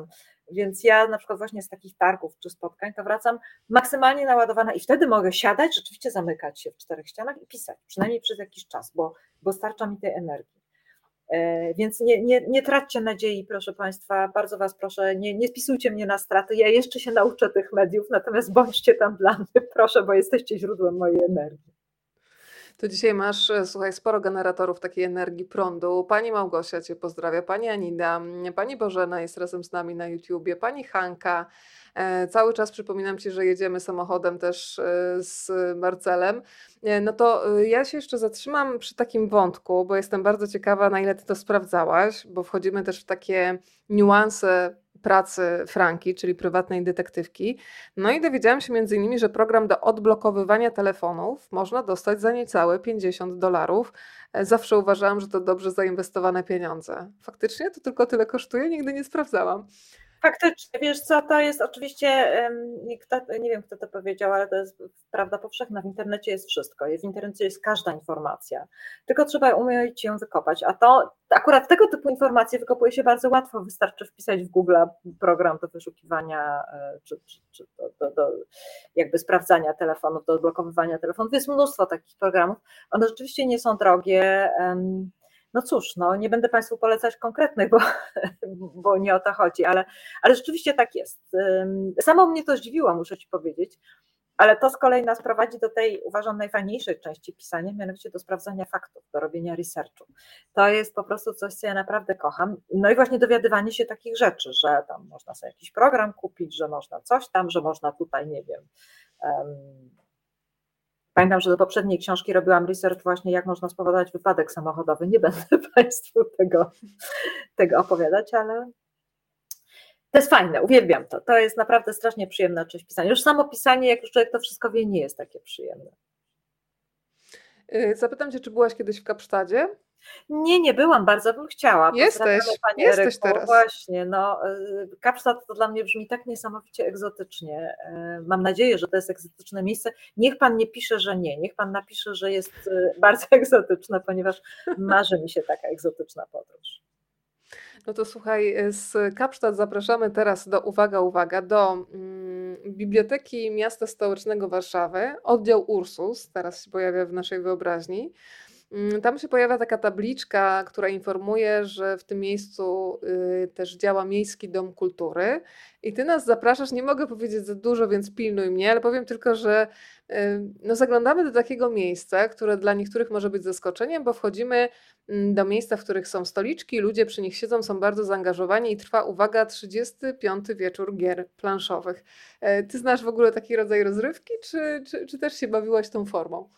Więc ja na przykład właśnie z takich targów czy spotkań to wracam maksymalnie naładowana i wtedy mogę siadać, rzeczywiście zamykać się w czterech ścianach i pisać, przynajmniej przez jakiś czas, bo, bo starcza mi tej energii. Więc nie, nie, nie traćcie nadziei, proszę Państwa, bardzo Was proszę, nie, nie spisujcie mnie na straty, ja jeszcze się nauczę tych mediów, natomiast bądźcie tam dla mnie, proszę, bo jesteście źródłem mojej energii. To dzisiaj masz, słuchaj, sporo generatorów takiej energii, prądu. Pani Małgosia Cię pozdrawia, pani Anida, pani Bożena jest razem z nami na YouTubie, pani Hanka. E, cały czas przypominam Ci, że jedziemy samochodem też e, z Marcelem. E, no to e, ja się jeszcze zatrzymam przy takim wątku, bo jestem bardzo ciekawa, na ile Ty to sprawdzałaś, bo wchodzimy też w takie niuanse pracy Franki, czyli prywatnej detektywki. No i dowiedziałam się między innymi, że program do odblokowywania telefonów można dostać za niecałe pięćdziesiąt dolarów. Zawsze uważałam, że to dobrze zainwestowane pieniądze. Faktycznie to tylko tyle kosztuje? Nigdy nie sprawdzałam. Faktycznie, wiesz co, to jest oczywiście, nie wiem kto to powiedział, ale to jest prawda powszechna, w internecie jest wszystko, w internecie jest każda informacja, tylko trzeba umieć ją wykopać, a to akurat tego typu informacje wykopuje się bardzo łatwo, wystarczy wpisać w Google program do wyszukiwania, czy, czy, czy do, do, do jakby sprawdzania telefonów, do odblokowywania telefonów, jest mnóstwo takich programów, one rzeczywiście nie są drogie. No cóż, no nie będę Państwu polecać konkretnych, bo, bo nie o to chodzi, ale, ale rzeczywiście tak jest. Samo mnie to zdziwiło, muszę Ci powiedzieć, ale to z kolei nas prowadzi do tej, uważam, najfajniejszej części pisania, mianowicie do sprawdzania faktów, do robienia researchu. To jest po prostu coś, co ja naprawdę kocham. No i właśnie dowiadywanie się takich rzeczy, że tam można sobie jakiś program kupić, że można coś tam, że można tutaj, nie wiem... Um, Pamiętam, że do poprzedniej książki robiłam research właśnie, jak można spowodować wypadek samochodowy. Nie będę Państwu tego, tego opowiadać, ale to jest fajne, uwielbiam to. To jest naprawdę strasznie przyjemna część pisania. Już samo pisanie, jak już człowiek to wszystko wie, nie jest takie przyjemne. Zapytam Cię, czy byłaś kiedyś w Kapsztadzie? Nie, nie byłam, bardzo bym chciała. Jesteś, Pani jesteś Eryku. teraz. Właśnie, no Kapsztad to dla mnie brzmi tak niesamowicie egzotycznie. Mam nadzieję, że to jest egzotyczne miejsce. Niech Pan nie pisze, że nie, niech Pan napisze, że jest bardzo egzotyczne, ponieważ marzy mi się taka egzotyczna podróż. No to słuchaj, z Kapsztad zapraszamy teraz do, uwaga, uwaga, do mm, Biblioteki Miasta Stołecznego Warszawy, oddział Ursus, teraz się pojawia w naszej wyobraźni. Tam się pojawia taka tabliczka, która informuje, że w tym miejscu y, też działa Miejski Dom Kultury i Ty nas zapraszasz, nie mogę powiedzieć za dużo, więc pilnuj mnie, ale powiem tylko, że y, no zaglądamy do takiego miejsca, które dla niektórych może być zaskoczeniem, bo wchodzimy do miejsca, w których są stoliczki, ludzie przy nich siedzą, są bardzo zaangażowani i trwa, uwaga, trzydziesty piąty wieczór gier planszowych. Ty znasz w ogóle taki rodzaj rozrywki, czy, czy, czy też się bawiłaś tą formą?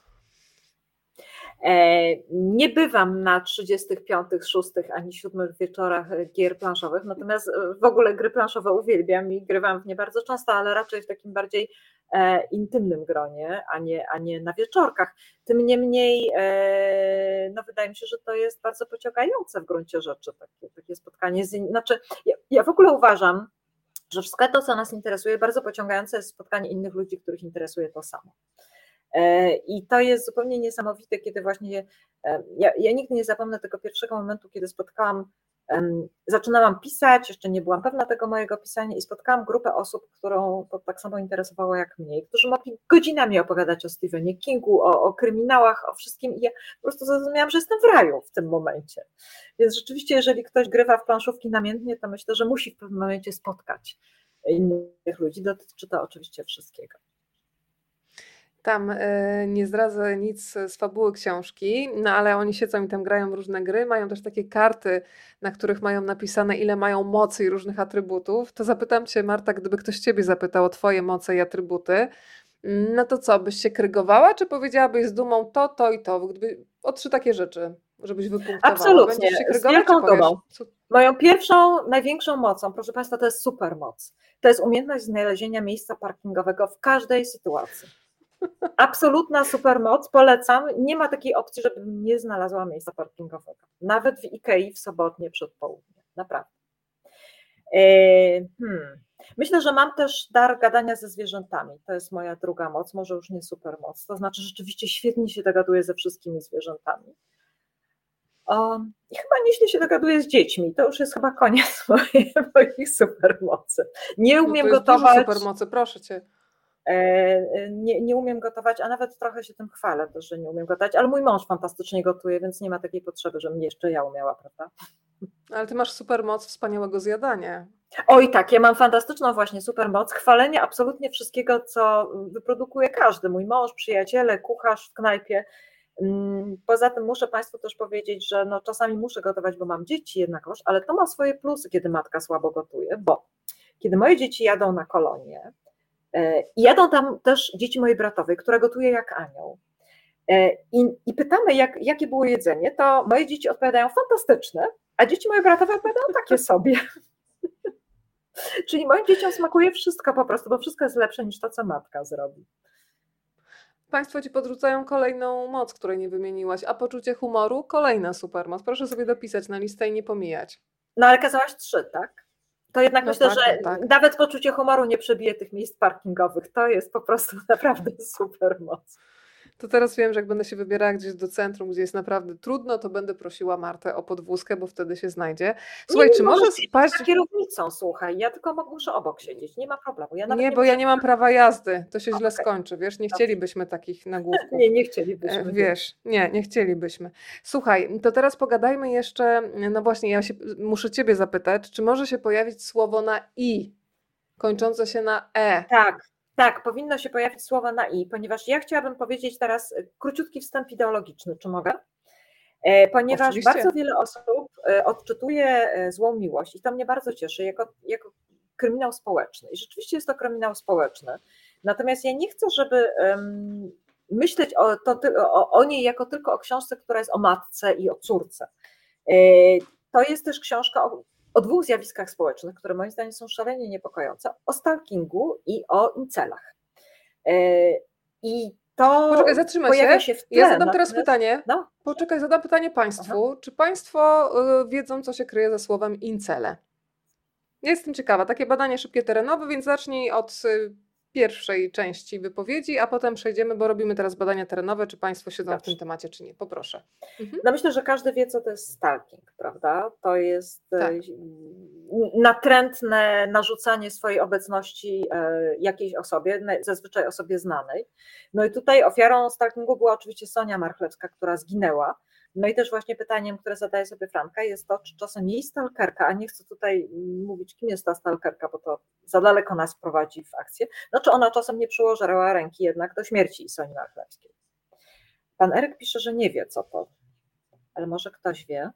Nie bywam na trzydziestych piątych, szóstych ani siódmych wieczorach gier planszowych, natomiast w ogóle gry planszowe uwielbiam i grywam w nie bardzo często, ale raczej w takim bardziej intymnym gronie, a nie, a nie na wieczorkach. Tym niemniej no wydaje mi się, że to jest bardzo pociągające w gruncie rzeczy takie, takie spotkanie. Z in... Znaczy, ja, ja w ogóle uważam, że wszystko to, co nas interesuje, bardzo pociągające jest spotkanie innych ludzi, których interesuje to samo. I to jest zupełnie niesamowite, kiedy właśnie, ja, ja nigdy nie zapomnę tego pierwszego momentu, kiedy spotkałam, zaczynałam pisać, jeszcze nie byłam pewna tego mojego pisania i spotkałam grupę osób, którą to tak samo interesowało jak mnie, którzy mogli godzinami opowiadać o Stephenie Kingu, o, o kryminałach, o wszystkim i ja po prostu zrozumiałam, że jestem w raju w tym momencie. Więc rzeczywiście, jeżeli ktoś grywa w planszówki namiętnie, to myślę, że musi w pewnym momencie spotkać innych ludzi, dotyczy to oczywiście wszystkiego. Tam y, nie zdradzę nic z fabuły książki, no ale oni siedzą i tam grają w różne gry, mają też takie karty, na których mają napisane, ile mają mocy i różnych atrybutów. To zapytam Cię, Marta, gdyby ktoś Ciebie zapytał o Twoje moce i atrybuty, no to co, byś się krygowała, czy powiedziałabyś z dumą to, to i to? Gdyby, o trzy takie rzeczy, żebyś wypunktowała. Absolutnie, Będziesz się z krygować, wielką czy powiesz, dumą. co? Moją pierwszą, największą mocą, proszę Państwa, to jest supermoc. To jest umiejętność znalezienia miejsca parkingowego w każdej sytuacji. Absolutna supermoc, polecam. Nie ma takiej opcji, żebym nie znalazła miejsca parkingowego. Nawet w Ikei w sobotnie przed południem. Naprawdę. Hmm. Myślę, że mam też dar gadania ze zwierzętami. To jest moja druga moc, może już nie supermoc. To znaczy rzeczywiście świetnie się dogaduję ze wszystkimi zwierzętami. O, i chyba nieźle się dogaduję z dziećmi. To już jest chyba koniec mojej, moich supermocy. Nie No to umiem jest dużo gotować. supermocy, proszę cię. E, Nie, nie umiem gotować, a nawet trochę się tym chwalę, też, że nie umiem gotować, ale mój mąż fantastycznie gotuje, więc nie ma takiej potrzeby, żebym jeszcze ja umiała, prawda? Ale ty masz supermoc wspaniałego zjadania. Oj tak, ja mam fantastyczną właśnie supermoc chwalenia absolutnie wszystkiego, co wyprodukuje każdy, mój mąż, przyjaciele, kucharz w knajpie. Mm, Poza tym muszę Państwu też powiedzieć, że no czasami muszę gotować, bo mam dzieci jednakowoż, ale to ma swoje plusy, kiedy matka słabo gotuje, bo kiedy moje dzieci jadą na kolonie, e, i jadą tam też dzieci mojej bratowej, która gotuje jak anioł, e, i, i pytamy, jak, jakie było jedzenie, to moje dzieci odpowiadają fantastyczne, a dzieci mojej bratowej odpowiadają takie sobie. Czyli moim dzieciom smakuje wszystko po prostu, bo wszystko jest lepsze niż to, co matka zrobi. Państwo ci podrzucają kolejną moc, której nie wymieniłaś, a poczucie humoru kolejna supermoc. Proszę sobie dopisać na listę i nie pomijać. No ale kazałaś trzy, tak? To jednak No myślę, tak, że no tak. nawet poczucie humoru nie przebije tych miejsc parkingowych. To jest po prostu naprawdę super moc. To teraz wiem, że jak będę się wybierała gdzieś do centrum, gdzie jest naprawdę trudno, to będę prosiła Martę o podwózkę, bo wtedy się znajdzie. Słuchaj, nie, czy nie może możesz siedzieć spaść... za kierownicą, słuchaj, ja tylko mo- muszę obok siedzieć, nie ma problemu. Ja nawet Nie, nie bo muszę... ja nie mam prawa jazdy. To się źle Okej. skończy, wiesz? Nie Dobrze. chcielibyśmy takich nagłówków. Nie, nie E, chcielibyśmy. Wiesz, nie, nie chcielibyśmy. Słuchaj, to teraz pogadajmy jeszcze, no właśnie, ja się muszę ciebie zapytać, czy może się pojawić słowo na i, kończące się na e? Tak, tak, powinno się pojawić słowo na i, ponieważ ja chciałabym powiedzieć teraz y, króciutki wstęp ideologiczny, czy mogę? E, Ponieważ Oczywiście. bardzo wiele osób e, odczytuje e, złą miłość i to mnie bardzo cieszy jako, jako kryminał społeczny. I rzeczywiście jest to kryminał społeczny. Natomiast ja nie chcę, żeby em, myśleć o, to, ty- o, o niej jako tylko o książce, która jest o matce i o córce. E, To jest też książka o, o dwóch zjawiskach społecznych, które moim zdaniem są szalenie niepokojące, o stalkingu i o incelach. E, I to Poczekaj, zatrzymaj pojawia się. się w tle. Ja zadam teraz natomiast- pytanie. No, Poczekaj, zadam pytanie państwu. Czy państwo y, wiedzą, co się kryje za słowem incele? Ja jestem ciekawa. Takie badanie szybkie terenowe, więc zacznij od y, pierwszej części wypowiedzi, a potem przejdziemy, bo robimy teraz badania terenowe, czy państwo siedzą w Dobrze. tym temacie, czy nie. Poproszę. Mhm. No myślę, że każdy wie, co to jest stalking, prawda? To jest Tak. e, natrętne narzucanie swojej obecności e, jakiejś osobie, na- zazwyczaj osobie znanej. No i tutaj ofiarą stalkingu była oczywiście Sonia Marchlewska, która zginęła. No i też właśnie pytaniem, które zadaje sobie Franka, jest to, czy czasem jej stalkerka, a nie chcę tutaj mówić, kim jest ta stalkerka, bo to za daleko nas prowadzi w akcję, no czy ona czasem nie przyłożyła ręki jednak do śmierci Soni Marchlewskiej. Pan Eryk pisze, że nie wie, co to, ale może ktoś wie.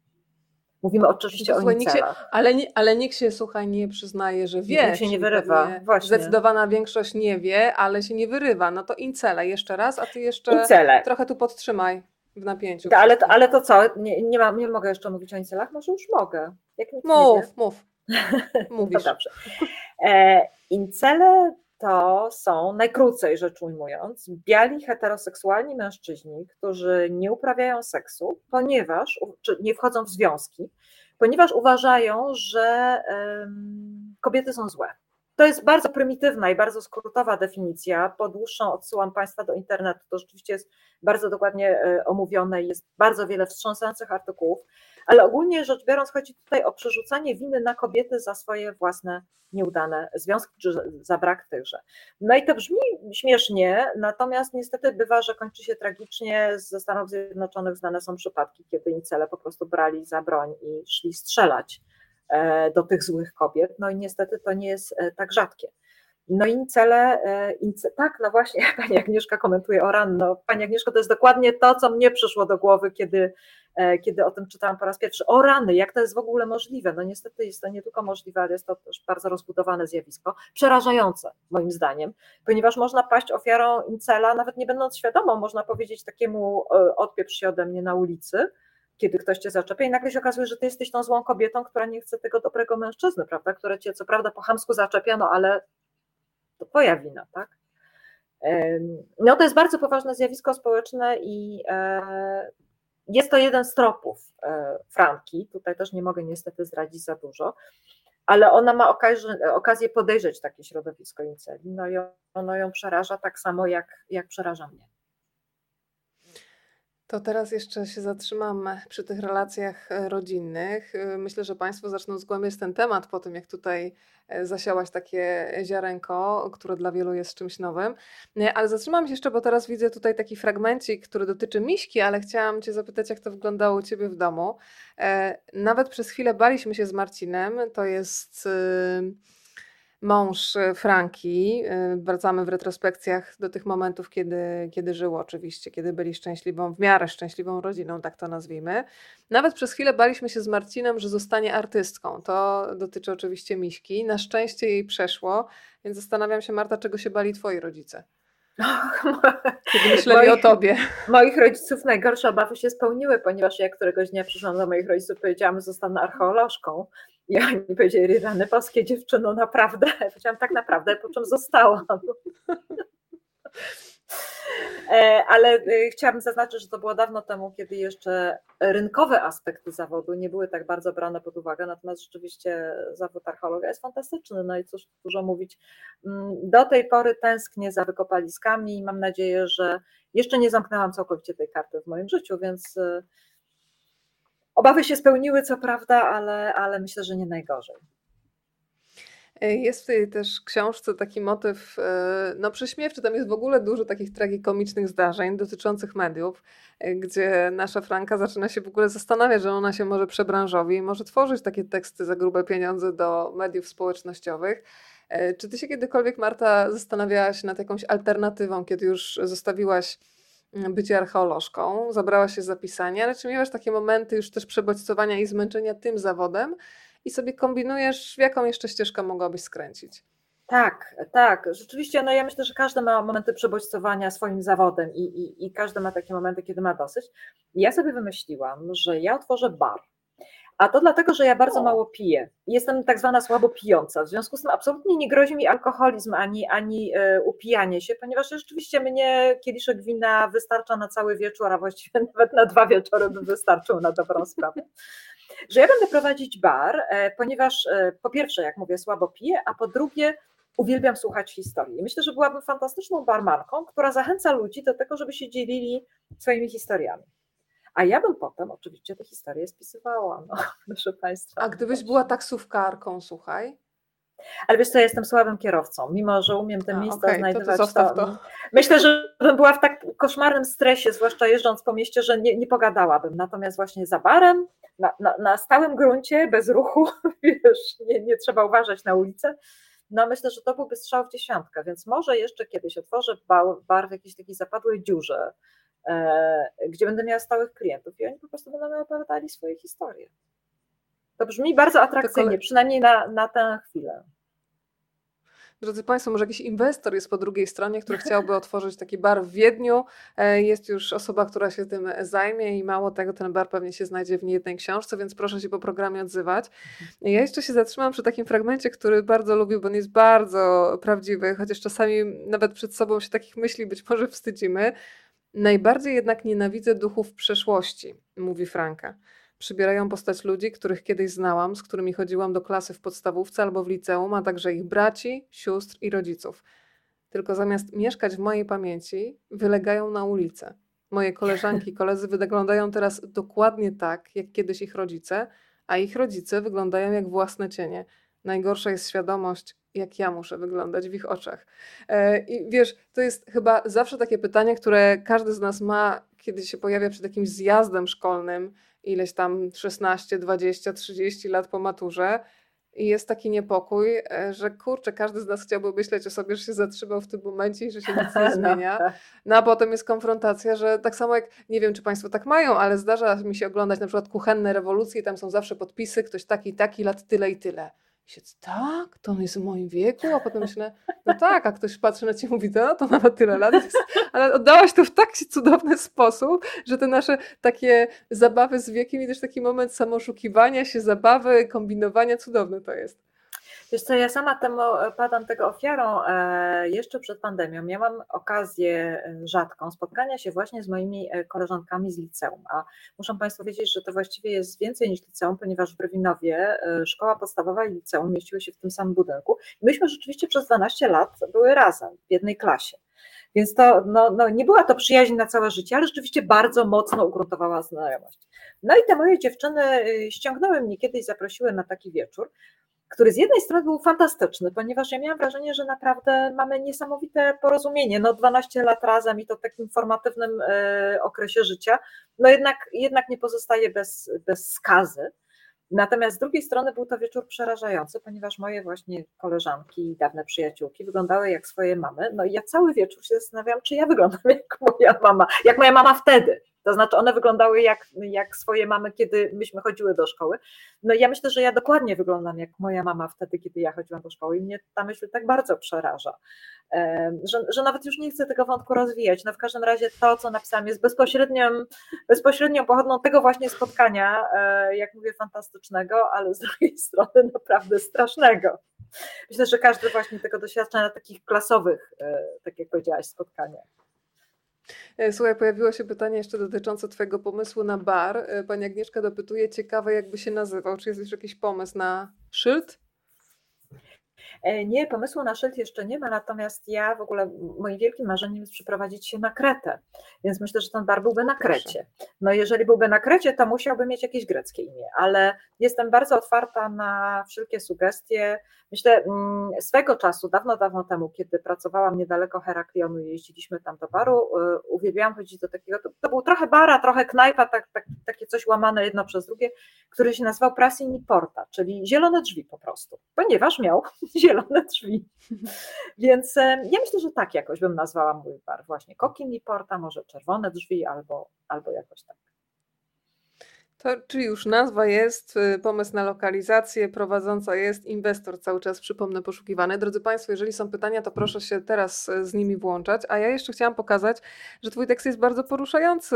Mówimy oczywiście o Słuchaj, nikt się, incelach. ale, nie, ale nikt się, słuchaj, nie przyznaje, że wie. Nikt się nie czyli wyrywa, pewnie właśnie. Zdecydowana większość nie wie, ale się nie wyrywa. No to incele jeszcze raz, a ty jeszcze Incele. trochę tu podtrzymaj w napięciu. To, ale, to, wszystkim. ale to co? Nie, nie, mam, nie mogę jeszcze mówić o incelach? Może już mogę. Jak nikt nie wie. Mów, mów. To Mówisz. dobrze. E, incele to są, najkrócej rzecz ujmując, biali heteroseksualni mężczyźni, którzy nie uprawiają seksu, ponieważ, czy nie wchodzą w związki, ponieważ uważają, że em, kobiety są złe. To jest bardzo prymitywna i bardzo skrótowa definicja. Po dłuższą odsyłam Państwa do internetu. To rzeczywiście jest bardzo dokładnie e, omówione i jest bardzo wiele wstrząsających artykułów, ale ogólnie rzecz biorąc chodzi tutaj o przerzucanie winy na kobiety za swoje własne nieudane związki, czy za brak tychże. No i to brzmi śmiesznie, natomiast niestety bywa, że kończy się tragicznie. Ze Stanów Zjednoczonych znane są przypadki, kiedy incele po prostu brali za broń i szli strzelać do tych złych kobiet, no i niestety to nie jest tak rzadkie. No i incele, ince, tak, no właśnie, pani Agnieszka komentuje o ran, no pani Agnieszko, to jest dokładnie to, co mnie przyszło do głowy, kiedy, kiedy o tym czytałam po raz pierwszy. O rany, jak to jest w ogóle możliwe? No niestety jest to nie tylko możliwe, ale jest to też bardzo rozbudowane zjawisko, przerażające moim zdaniem, ponieważ można paść ofiarą incela, nawet nie będąc świadomą, można powiedzieć takiemu odpieprz się ode mnie na ulicy, kiedy ktoś cię zaczepia i nagle się okazuje, że ty jesteś tą złą kobietą, która nie chce tego dobrego mężczyzny, prawda, które cię co prawda po chamsku zaczepia, no ale to twoja wina, tak? No to jest bardzo poważne zjawisko społeczne i jest to jeden z tropów Franki, tutaj też nie mogę niestety zdradzić za dużo, ale ona ma okazję, okazję podejrzeć takie środowisko inceli, no i ono ją przeraża tak samo jak, jak przeraża mnie. To teraz jeszcze się zatrzymam przy tych relacjach e, rodzinnych. E, Myślę, że Państwo zaczną zgłębiać ten temat po tym, jak tutaj e, zasiałaś takie ziarenko, które dla wielu jest czymś nowym. Nie, ale zatrzymam się jeszcze, bo teraz widzę tutaj taki fragmencik, który dotyczy Miśki, ale chciałam Cię zapytać, jak to wyglądało u Ciebie w domu. E, Nawet przez chwilę baliśmy się z Marcinem. To jest y, mąż y, Franki. Y, Wracamy w retrospekcjach do tych momentów, kiedy, kiedy żył oczywiście, kiedy byli szczęśliwą, w miarę szczęśliwą rodziną, tak to nazwijmy. Nawet przez chwilę baliśmy się z Marcinem, że zostanie artystką. To dotyczy oczywiście Miśki. Na szczęście jej przeszło, więc zastanawiam się, Marta, czego się bali twoi rodzice, kiedy myśleli o Moich, tobie. moich rodziców najgorsze obawy się spełniły, ponieważ ja któregoś dnia przyszłam do moich rodziców i powiedziałam, że zostanę archeolożką. I oni powiedzieli, rany boskie dziewczyno, naprawdę. Ja powiedziałam, tak naprawdę, po czym zostałam. E, Ale e, chciałabym zaznaczyć, że to było dawno temu, kiedy jeszcze rynkowe aspekty zawodu nie były tak bardzo brane pod uwagę, natomiast rzeczywiście zawód archeologa jest fantastyczny, no i cóż dużo mówić. Mm, Do tej pory tęsknię za wykopaliskami i mam nadzieję, że jeszcze nie zamknęłam całkowicie tej karty w moim życiu, więc e, obawy się spełniły, co prawda, ale, ale myślę, że nie najgorzej. Jest w tej też książce taki motyw, e, no prześmiewczy, tam jest w ogóle dużo takich tragikomicznych zdarzeń dotyczących mediów, e, gdzie nasza Franka zaczyna się w ogóle zastanawiać, że ona się może przebranżowi i może tworzyć takie teksty za grube pieniądze do mediów społecznościowych. E, Czy ty się kiedykolwiek, Marta, zastanawiałaś nad jakąś alternatywą, kiedy już zostawiłaś mm, bycie archeolożką, zabrałaś się za pisanie, ale czy miewasz takie momenty już też przebodźcowania i zmęczenia tym zawodem i sobie kombinujesz, w jaką jeszcze ścieżkę mogłabyś skręcić? Tak, tak. Rzeczywiście, no ja myślę, że każdy ma momenty przebodźcowania swoim zawodem i, i, i każdy ma takie momenty, kiedy ma dosyć. I ja sobie wymyśliłam, że ja otworzę bar. A to dlatego, że ja bardzo O. mało piję. Jestem tak zwana słabo pijąca. W związku z tym absolutnie nie grozi mi alkoholizm ani, ani e, upijanie się, ponieważ rzeczywiście mnie kieliszek wina wystarcza na cały wieczór, a właściwie nawet na dwa wieczory by wystarczył na dobrą sprawę. Że ja będę prowadzić bar, e, ponieważ e, po pierwsze, jak mówię, słabo piję, a po drugie uwielbiam słuchać historii. I myślę, że byłabym fantastyczną barmanką, która zachęca ludzi do tego, żeby się dzielili swoimi historiami. A ja bym potem oczywiście te historie spisywała, no, proszę Państwa. A gdybyś była taksówkarką, słuchaj. Ale wiesz co, ja jestem słabym kierowcą, mimo że umiem te A, miejsca okej, to ty znajdować. zostaw To, to. myślę, że bym była w tak koszmarnym stresie, zwłaszcza jeżdżąc po mieście, że nie, nie pogadałabym. Natomiast właśnie za barem, na, na, na stałym gruncie, bez ruchu, wiesz, nie, nie trzeba uważać na ulicę. No myślę, że to byłby strzał w dziesiątkę, więc może jeszcze kiedyś otworzę bar, bar w jakiejś takiej zapadłej dziurze, e, gdzie będę miała stałych klientów i oni po prostu będą mi opowiadali swoje historie. To brzmi bardzo atrakcyjnie, kole- przynajmniej na, na tę chwilę. Drodzy Państwo, może jakiś inwestor jest po drugiej stronie, który chciałby otworzyć taki bar w Wiedniu. E, Jest już osoba, która się tym zajmie i mało tego, ten bar pewnie się znajdzie w niejednej książce, więc proszę się po programie odzywać. Ja jeszcze się zatrzymam przy takim fragmencie, który bardzo lubił, bo on jest bardzo prawdziwy, chociaż czasami nawet przed sobą się takich myśli być może wstydzimy. Najbardziej jednak nienawidzę duchów przeszłości, mówi Franka. Przybierają postać ludzi, których kiedyś znałam, z którymi chodziłam do klasy w podstawówce albo w liceum, a także ich braci, sióstr i rodziców. Tylko zamiast mieszkać w mojej pamięci, wylegają na ulicę. Moje koleżanki i koledzy wyglądają teraz dokładnie tak, jak kiedyś ich rodzice, a ich rodzice wyglądają jak własne cienie. Najgorsza jest świadomość, jak ja muszę wyglądać w ich oczach. E, I wiesz, to jest chyba zawsze takie pytanie, które każdy z nas ma, kiedy się pojawia przed jakimś zjazdem szkolnym, ileś tam szesnaście, dwadzieścia, trzydzieści lat po maturze i jest taki niepokój, e, że kurczę, każdy z nas chciałby myśleć o sobie, że się zatrzymał w tym momencie i że się nic nie No, zmienia. tak. No a potem jest konfrontacja, że tak samo jak, nie wiem czy Państwo tak mają, ale zdarza mi się oglądać na przykład kuchenne rewolucje i tam są zawsze podpisy, ktoś taki i taki, lat tyle i tyle. I się, tak, to on jest w moim wieku, a potem myślę, no tak, a ktoś patrzy na ciebie i mówi, no to nawet tyle lat jest. Ale oddałaś to w tak cudowny sposób, że te nasze takie zabawy z wiekiem i też taki moment samoszukiwania się, zabawy, kombinowania, cudowne to jest. Wiesz co, ja sama temu padam tego ofiarą e, jeszcze przed pandemią. Miałam okazję e, rzadką spotkania się właśnie z moimi e, koleżankami z liceum, a muszą Państwo wiedzieć, że to właściwie jest więcej niż liceum, ponieważ w Brwinowie e, szkoła podstawowa i liceum mieściły się w tym samym budynku. Myśmy rzeczywiście przez dwanaście lat były razem w jednej klasie. Więc to no, no, nie była to przyjaźń na całe życie, ale rzeczywiście bardzo mocno ugruntowała znajomość. No i te moje dziewczyny ściągnęły mnie kiedyś, zaprosiły na taki wieczór, który z jednej strony był fantastyczny, ponieważ ja miałam wrażenie, że naprawdę mamy niesamowite porozumienie. No dwanaście lat razem i to w takim formatywnym okresie życia, no jednak, jednak nie pozostaje bez, bez skazy. Natomiast z drugiej strony był to wieczór przerażający, ponieważ moje właśnie koleżanki i dawne przyjaciółki wyglądały jak swoje mamy. No i ja cały wieczór się zastanawiałam, czy ja wyglądam jak moja mama, jak moja mama wtedy. To znaczy one wyglądały jak, jak swoje mamy, kiedy myśmy chodziły do szkoły. No i ja myślę, że ja dokładnie wyglądam jak moja mama wtedy, kiedy ja chodziłam do szkoły i mnie ta myśl tak bardzo przeraża, że, że nawet już nie chcę tego wątku rozwijać. No w każdym razie to, co napisałam, jest bezpośrednią, bezpośrednią pochodną tego właśnie spotkania, jak mówię, fantastycznego, ale z drugiej strony naprawdę strasznego. Myślę, że każdy właśnie tego doświadcza na takich klasowych, tak jak powiedziałaś, spotkaniach. Słuchaj, pojawiło się pytanie jeszcze dotyczące twojego pomysłu na bar. Pani Agnieszka dopytuje, ciekawe jakby się nazywał. Czy jest już jakiś pomysł na szyld? Nie, pomysłu na szyld jeszcze nie ma, natomiast ja w ogóle, moim wielkim marzeniem jest przeprowadzić się na Kretę, więc myślę, że ten bar byłby na Krecie. No jeżeli byłby na Krecie, to musiałby mieć jakieś greckie imię, ale jestem bardzo otwarta na wszelkie sugestie. Myślę, swego czasu, dawno, dawno temu, kiedy pracowałam niedaleko Heraklionu i jeździliśmy tam do baru, uwielbiałam chodzić do takiego, to, to był trochę bara, trochę knajpa, tak, tak, takie coś łamane jedno przez drugie, który się nazywał Prasini Porta, czyli zielone drzwi po prostu, ponieważ miał zielone drzwi. Więc ja myślę, że tak jakoś bym nazwała mój bar, właśnie Kokini Porta, może czerwone drzwi albo, albo jakoś tak. To, czyli już nazwa jest, pomysł na lokalizację, prowadząca jest, inwestor cały czas, przypomnę, poszukiwany. Drodzy Państwo, jeżeli są pytania, to proszę się teraz z nimi włączać, a ja jeszcze chciałam pokazać, że Twój tekst jest bardzo poruszający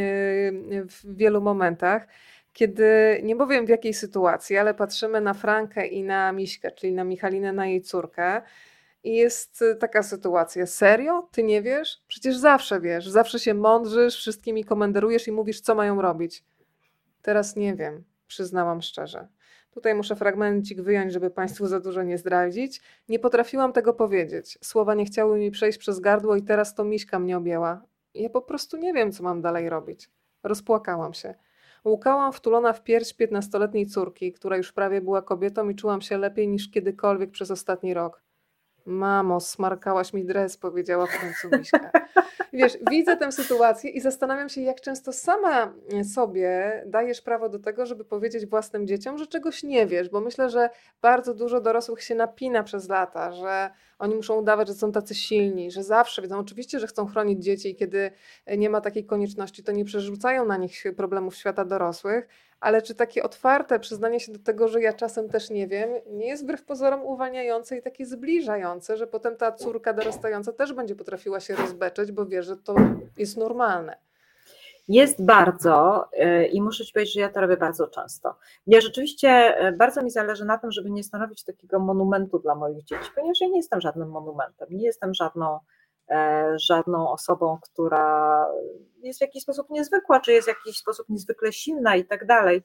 w wielu momentach, kiedy, nie powiem w jakiej sytuacji, ale patrzymy na Frankę i na Miśkę, czyli na Michalinę, na jej córkę. I jest taka sytuacja, serio? Ty nie wiesz? Przecież zawsze wiesz, zawsze się mądrzysz, wszystkimi komenderujesz i mówisz, co mają robić. Teraz nie wiem, przyznałam szczerze. Tutaj muszę fragmencik wyjąć, żeby Państwu za dużo nie zdradzić. Nie potrafiłam tego powiedzieć. Słowa nie chciały mi przejść przez gardło i teraz to Miśka mnie objęła. Ja po prostu nie wiem, co mam dalej robić. Rozpłakałam się. Łukałam wtulona w pierś piętnastoletniej córki, która już prawie była kobietą i czułam się lepiej niż kiedykolwiek przez ostatni rok. Mamo, smarkałaś mi dres, powiedziała w końcu Miśka. Wiesz, widzę tę sytuację i zastanawiam się, jak często sama sobie dajesz prawo do tego, żeby powiedzieć własnym dzieciom, że czegoś nie wiesz, bo myślę, że bardzo dużo dorosłych się napina przez lata, że oni muszą udawać, że są tacy silni, że zawsze wiedzą, oczywiście, że chcą chronić dzieci i kiedy nie ma takiej konieczności, to nie przerzucają na nich problemów świata dorosłych, ale czy takie otwarte przyznanie się do tego, że ja czasem też nie wiem, nie jest wbrew pozorom uwalniające i takie zbliżające, że potem ta córka dorastająca też będzie potrafiła się rozbeczeć, bo wie, że to jest normalne. Jest bardzo i muszę Ci powiedzieć, że ja to robię bardzo często. Ja rzeczywiście bardzo mi zależy na tym, żeby nie stanowić takiego monumentu dla moich dzieci, ponieważ ja nie jestem żadnym monumentem, nie jestem żadną, żadną osobą, która jest w jakiś sposób niezwykła, czy jest w jakiś sposób niezwykle silna i tak dalej.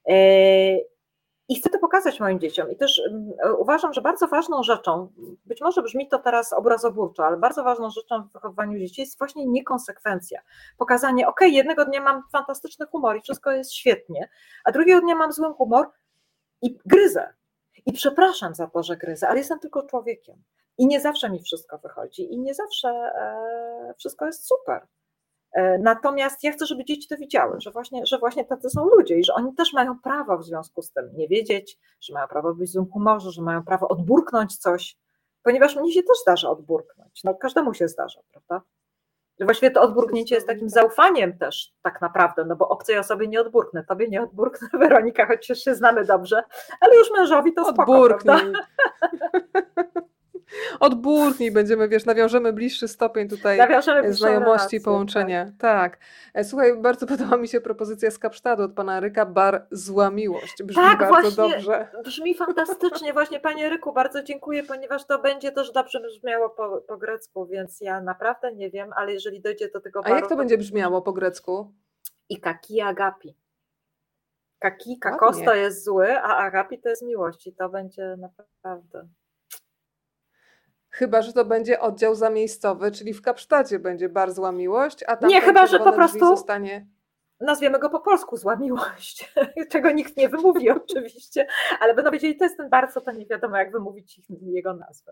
I chcę to pokazać moim dzieciom. I też uważam, że bardzo ważną rzeczą, być może brzmi to teraz obrazobórczo, ale bardzo ważną rzeczą w wychowywaniu dzieci jest właśnie niekonsekwencja. Pokazanie, ok, jednego dnia mam fantastyczny humor i wszystko jest świetnie, a drugiego dnia mam zły humor i gryzę. I przepraszam za to, że gryzę, ale jestem tylko człowiekiem. I nie zawsze mi wszystko wychodzi i nie zawsze e, wszystko jest super. Natomiast ja chcę, żeby dzieci to widziały, że właśnie, że właśnie tacy są ludzie i że oni też mają prawo w związku z tym nie wiedzieć, że mają prawo być w złym humorze, że mają prawo odburknąć coś, ponieważ mnie się też zdarza odburknąć. No każdemu się zdarza, prawda? Że właściwie to odburknięcie jest takim zaufaniem też tak naprawdę, no bo obcej osobie nie odburknę, tobie nie odburknę, Weronika, chociaż się znamy dobrze, ale już mężowi to spoko, odburknij. Prawda? Odburknij, będziemy, wiesz, nawiążemy bliższy stopień tutaj nawiążemy znajomości i połączenia. Tak. tak. Słuchaj, bardzo podoba mi się propozycja z Kapsztadu od pana Ryka, bar Zła Miłość. Brzmi tak, bardzo właśnie, dobrze. Brzmi fantastycznie. Właśnie panie Ryku, bardzo dziękuję, ponieważ to będzie też dobrze brzmiało po, po grecku, więc ja naprawdę nie wiem, ale jeżeli dojdzie do tego baru... A jak to będzie brzmiało po grecku? I kaki agapi. Kaki, kakos to jest zły, a agapi to jest miłość i to będzie naprawdę... Chyba że to będzie oddział zamiejscowy, czyli w Kapsztadzie będzie Bar Zła Miłość, a tam Nie, ten chyba że po czerwone drzwi prostu zostanie... nazwiemy go po polsku Zła Miłość, czego nikt nie wymówi oczywiście, ale będą wiedzieli, to jest ten bar, co to nie wiadomo jak wymówić ich, jego nazwę.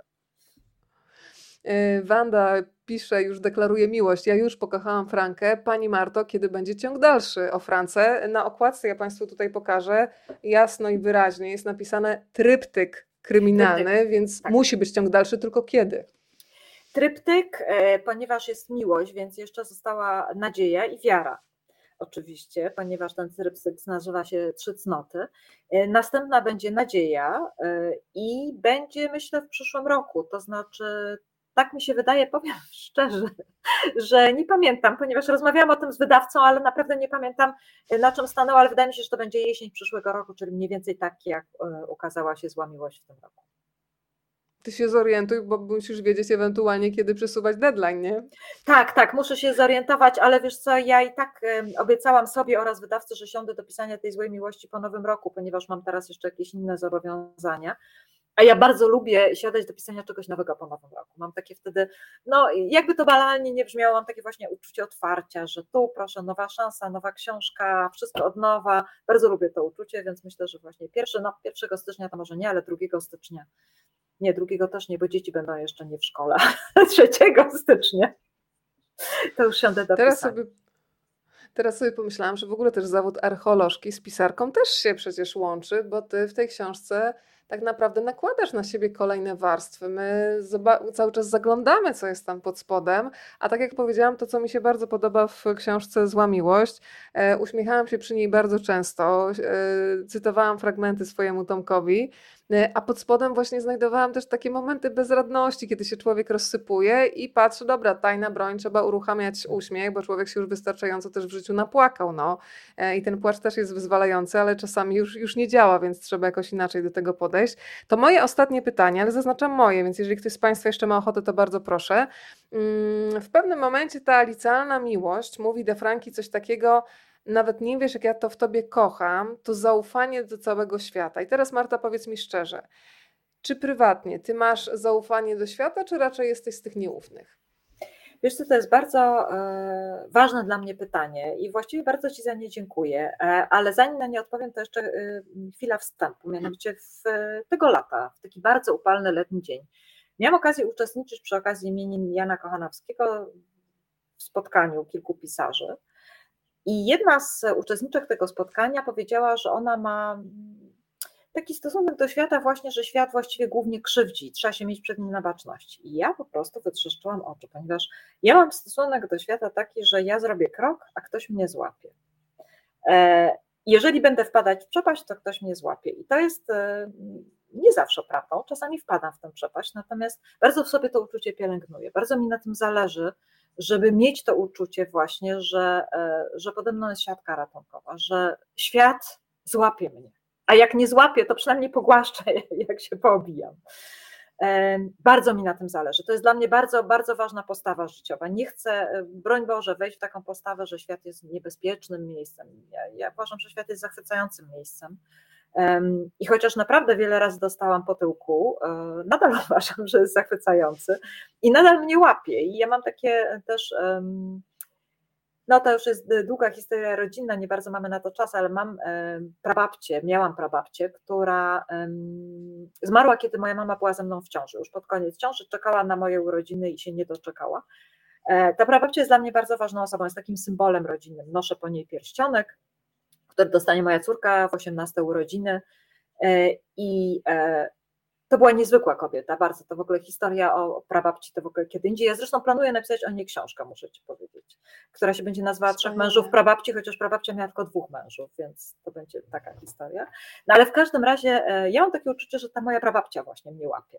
Wanda pisze, już deklaruje miłość. Ja już pokochałam Frankę. Pani Marto, kiedy będzie ciąg dalszy o France? Na okładce, ja Państwu tutaj pokażę, jasno i wyraźnie jest napisane tryptyk kryminalny, Tryptyk, więc tak. musi być ciąg dalszy, tylko kiedy? Tryptyk, ponieważ jest miłość, więc jeszcze została nadzieja i wiara. Oczywiście, ponieważ ten tryptyk nazywa się Trzy cnoty. Następna będzie nadzieja i będzie, myślę, w przyszłym roku. To znaczy, tak mi się wydaje, powiem szczerze, że nie pamiętam, ponieważ rozmawiałam o tym z wydawcą, ale naprawdę nie pamiętam, na czym stanęło, ale wydaje mi się, że to będzie jesień przyszłego roku, czyli mniej więcej tak, jak ukazała się Zła Miłość w tym roku. Ty się zorientuj, bo musisz wiedzieć ewentualnie, kiedy przesuwać deadline, nie? Tak, tak, muszę się zorientować, ale wiesz co, ja i tak obiecałam sobie oraz wydawcy, że siądę do pisania tej Złej Miłości po nowym roku, ponieważ mam teraz jeszcze jakieś inne zobowiązania. A ja bardzo lubię siadać do pisania czegoś nowego po nowym roku. Mam takie wtedy, no jakby to banalnie nie brzmiało, mam takie właśnie uczucie otwarcia, że tu proszę, nowa szansa, nowa książka, wszystko od nowa. Bardzo lubię to uczucie, więc myślę, że właśnie pierwszy, no pierwszego stycznia to może nie, ale drugiego stycznia. Nie, drugiego też nie, bo dzieci będą jeszcze nie w szkole. trzeciego stycznia to już siądę do Teraz pisania. sobie, teraz sobie pomyślałam, że w ogóle też zawód archeolożki z pisarką też się przecież łączy, bo ty w tej książce tak naprawdę nakładasz na siebie kolejne warstwy. My cały czas zaglądamy, co jest tam pod spodem, a tak jak powiedziałam, to co mi się bardzo podoba w książce Zła Miłość, e, uśmiechałam się przy niej bardzo często, e, cytowałam fragmenty swojemu Tomkowi, e, a pod spodem właśnie znajdowałam też takie momenty bezradności, kiedy się człowiek rozsypuje i patrzy, dobra, tajna broń, trzeba uruchamiać uśmiech, bo człowiek się już wystarczająco też w życiu napłakał, no. E, i ten płacz też jest wyzwalający, ale czasami już, już nie działa, więc trzeba jakoś inaczej do tego podejść. To moje ostatnie pytanie, ale zaznaczam moje, więc jeżeli ktoś z Państwa jeszcze ma ochotę, to bardzo proszę. W pewnym momencie ta licealna miłość mówi de Franki coś takiego, nawet nie wiesz, jak ja to w tobie kocham, to zaufanie do całego świata. I teraz Marta, powiedz mi szczerze, czy prywatnie ty masz zaufanie do świata, czy raczej jesteś z tych nieufnych? Wiesz co, to jest bardzo e, ważne dla mnie pytanie i właściwie bardzo Ci za nie dziękuję, e, ale zanim na nie odpowiem, to jeszcze e, chwila wstępu, mianowicie w e, tego lata, w taki bardzo upalny letni dzień, miałam okazję uczestniczyć przy okazji imienin Jana Kochanowskiego w spotkaniu kilku pisarzy i jedna z uczestniczek tego spotkania powiedziała, że ona ma taki stosunek do świata właśnie, że świat właściwie głównie krzywdzi, trzeba się mieć przed nim na baczności. I ja po prostu wytrzeszczyłam oczy, ponieważ ja mam stosunek do świata taki, że ja zrobię krok, a ktoś mnie złapie. Jeżeli będę wpadać w przepaść, to ktoś mnie złapie. I to jest nie zawsze prawdą, czasami wpadam w tę przepaść, natomiast bardzo w sobie to uczucie pielęgnuję. Bardzo mi na tym zależy, żeby mieć to uczucie właśnie, że, że pode mną jest siatka ratunkowa, że świat złapie mnie. A jak nie złapię, to przynajmniej pogłaszczę, jak się poobijam. Bardzo mi na tym zależy. To jest dla mnie bardzo, bardzo ważna postawa życiowa. Nie chcę, broń Boże, wejść w taką postawę, że świat jest niebezpiecznym miejscem. Ja, ja uważam, że świat jest zachwycającym miejscem. I chociaż naprawdę wiele razy dostałam po tyłku, nadal uważam, że jest zachwycający i nadal mnie łapie. I ja mam takie też... No to już jest długa historia rodzinna, nie bardzo mamy na to czas, ale mam prababcię, miałam prababcię, która zmarła, kiedy moja mama była ze mną w ciąży. Już pod koniec ciąży czekała na moje urodziny i się nie doczekała. Ta prababcia jest dla mnie bardzo ważną osobą, jest takim symbolem rodzinnym. Noszę po niej pierścionek, który dostanie moja córka w osiemnaste urodziny i to była niezwykła kobieta, bardzo, to w ogóle historia o prababci, to w ogóle kiedy indziej. Ja zresztą planuję napisać o niej książkę, muszę Ci powiedzieć, która się będzie nazwała Trzech mężów prababci, chociaż prababcia miała tylko dwóch mężów, więc to będzie taka historia. No ale w każdym razie ja mam takie uczucie, że ta moja prababcia właśnie mnie łapie.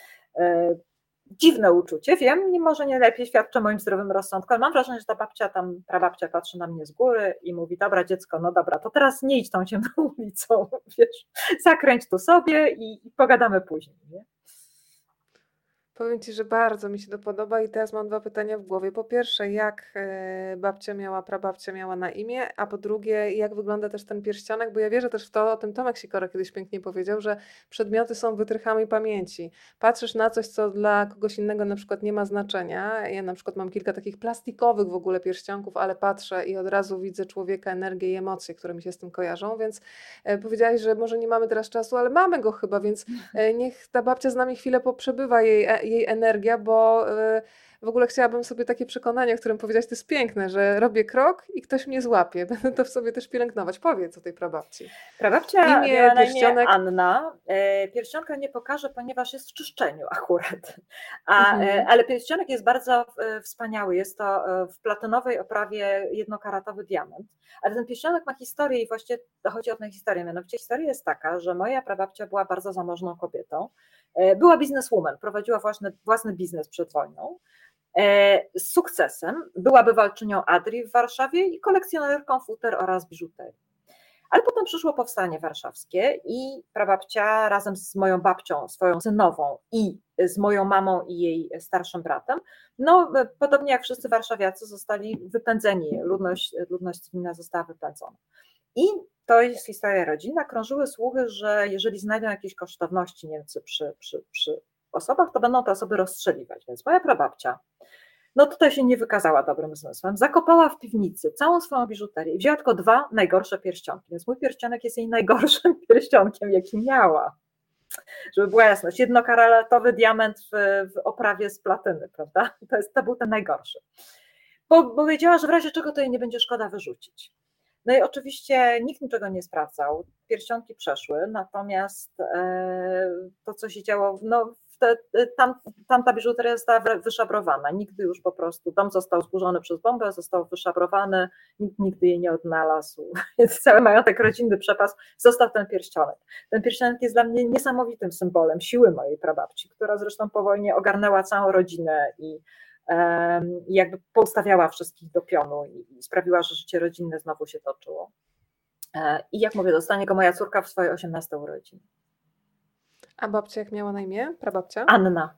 Dziwne uczucie, wiem, może nie lepiej świadczy o moim zdrowym rozsądku, ale mam wrażenie, że ta babcia tam, prababcia patrzy na mnie z góry i mówi, dobra dziecko, no dobra, to teraz nie idź tą ciemną ulicą, wiesz, zakręć tu sobie i, i pogadamy później, nie? Powiem Ci, że bardzo mi się to podoba i teraz mam dwa pytania w głowie. Po pierwsze, jak e, babcia miała, prababcia miała na imię, a po drugie, jak wygląda też ten pierścionek, bo ja wierzę też w to, o tym Tomek Sikora kiedyś pięknie powiedział, że przedmioty są wytrychami pamięci. Patrzysz na coś, co dla kogoś innego na przykład nie ma znaczenia. Ja na przykład mam kilka takich plastikowych w ogóle pierścionków, ale patrzę i od razu widzę człowieka, energię i emocje, które mi się z tym kojarzą, więc e, powiedziałaś, że może nie mamy teraz czasu, ale mamy go chyba, więc E, niech ta babcia z nami chwilę poprzebywa, jej, e, jej energia, bo e, w ogóle chciałabym sobie takie przekonanie, o którym powiedziałaś, to jest piękne, że robię krok i ktoś mnie złapie. Będę to w sobie też pielęgnować. Powiedz o tej prababci. Prababcia Imię, miała na imię pierścionek. Anna. E, Pierścionka nie pokażę, ponieważ jest w czyszczeniu akurat. A, e, Mhm. ale pierścionek jest bardzo e, wspaniały. Jest to e, w platynowej oprawie jednokaratowy diament. Ale ten pierścionek ma historię i właściwie chodzi o tę historię. Mianowicie historia jest taka, że moja prababcia była bardzo zamożną kobietą. E, Była bizneswoman, prowadziła własny, własny biznes przed wojną. E, Z sukcesem. Była bywalczynią Adrii w Warszawie i kolekcjonerką futer oraz biżuterii. Ale potem przyszło powstanie warszawskie i prababcia razem z moją babcią, swoją synową i z moją mamą i jej starszym bratem, no podobnie jak wszyscy warszawiacy zostali wypędzeni, ludność, ludność cywilna została wypędzona. I to jest historia rodzinna. Krążyły słuchy, że jeżeli znajdą jakieś kosztowności Niemcy przy, przy, przy osobach, to będą te osoby rozstrzeliwać. Więc moja prababcia no tutaj się nie wykazała dobrym zmysłem, zakopała w piwnicy całą swoją biżuterię i wzięła tylko dwa najgorsze pierścionki, więc mój pierścionek jest jej najgorszym pierścionkiem, jaki miała. Żeby była jasność, jednokaratowy diament w, w oprawie z platyny, prawda? To, jest, to był ten najgorszy. Bo powiedziała, że w razie czego to jej nie będzie szkoda wyrzucić. No i oczywiście nikt niczego nie sprawdzał, pierścionki przeszły, natomiast e, to, co się działo, no te, tam, tamta biżuteria została wyszabrowana, nigdy już po prostu, dom został zburzony przez bombę, został wyszabrowany, nikt nigdy jej nie odnalazł, więc cały majątek rodzinny przepadł, został ten pierścionek. Ten pierścionek jest dla mnie niesamowitym symbolem siły mojej prababci, która zresztą po wojnie ogarnęła całą rodzinę i i jakby poustawiała wszystkich do pionu i sprawiła, że życie rodzinne znowu się toczyło. I jak mówię, dostanie go moja córka w swojej osiemnastej urodziny. A babcia jak miała na imię? Prababcia? Anna.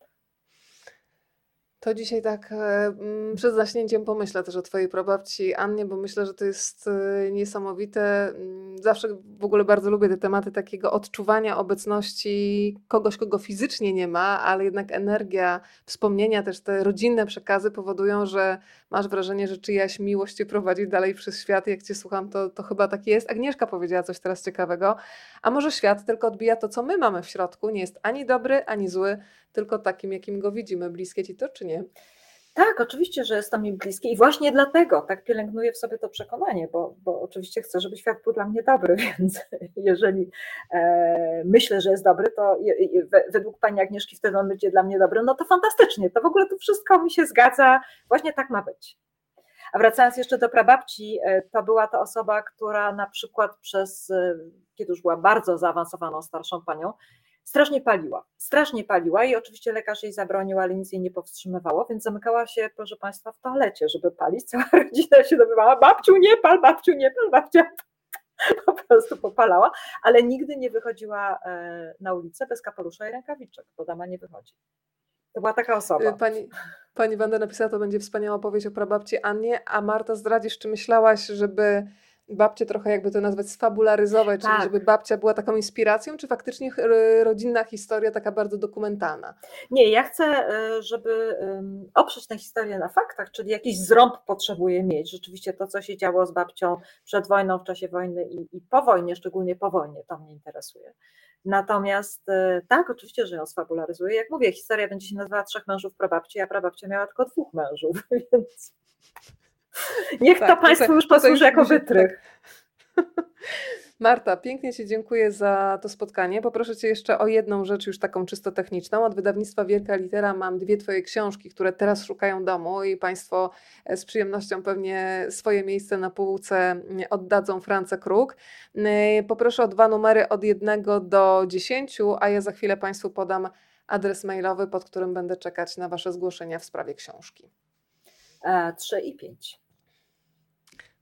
To dzisiaj tak e, przed zaśnięciem pomyślę też o Twojej prababci Annie, bo myślę, że to jest e, niesamowite. Zawsze w ogóle bardzo lubię te tematy takiego odczuwania obecności kogoś, kogo fizycznie nie ma, ale jednak energia, wspomnienia, też te rodzinne przekazy powodują, że masz wrażenie, że czyjaś miłość Cię prowadzi dalej przez świat. Jak Cię słucham, to, to chyba tak jest. Agnieszka powiedziała coś teraz ciekawego. A może świat tylko odbija to, co my mamy w środku. Nie jest ani dobry, ani zły, tylko takim, jakim go widzimy. Bliskie Ci to, czy nie? Tak, oczywiście, że jest to mi bliskie i właśnie dlatego tak pielęgnuję w sobie to przekonanie, bo, bo oczywiście chcę, żeby świat był dla mnie dobry, więc jeżeli e, myślę, że jest dobry, to i, i, według pani Agnieszki wtedy on będzie dla mnie dobry, no to fantastycznie, to w ogóle to wszystko mi się zgadza, właśnie tak ma być. A wracając jeszcze do prababci, to była to osoba, która na przykład przez, kiedy już była bardzo zaawansowaną starszą panią, strasznie paliła, strasznie paliła i oczywiście lekarz jej zabronił, ale nic jej nie powstrzymywało, więc zamykała się, proszę Państwa, w toalecie, żeby palić. Cała rodzina się dobywała, babciu nie pal, babciu nie pal, babcia po prostu popalała, ale nigdy nie wychodziła na ulicę bez kapelusza i rękawiczek, bo dama nie wychodzi. To była taka osoba. Pani, pani Wanda napisała, to będzie wspaniała opowieść o prababci Annie, a Marta, zdradzisz, czy myślałaś, żeby babcię trochę, jakby to nazwać, sfabularyzować, Tak. czyli żeby babcia była taką inspiracją, czy faktycznie rodzinna historia taka bardzo dokumentalna? Nie, ja chcę, żeby oprzeć tę historię na faktach, czyli jakiś zrąb potrzebuję mieć. Rzeczywiście to, co się działo z babcią przed wojną, w czasie wojny i, i po wojnie, szczególnie po wojnie, to mnie interesuje. Natomiast tak, oczywiście, że ją sfabularyzuję. Jak mówię, historia będzie się nazywała Trzech mężów prababci, a prababcia miała tylko dwóch mężów, więc niech tak, to Państwu już posłuży jako wytrych. Tak. Marta, pięknie Ci dziękuję za to spotkanie. Poproszę Cię jeszcze o jedną rzecz już taką czysto techniczną. Od wydawnictwa Wielka Litera mam dwie Twoje książki, które teraz szukają domu i Państwo z przyjemnością pewnie swoje miejsce na półce oddadzą France Kruk. Poproszę o dwa numery od jednego do dziesięciu, a ja za chwilę Państwu podam adres mailowy, pod którym będę czekać na Wasze zgłoszenia w sprawie książki. Trzy i pięć.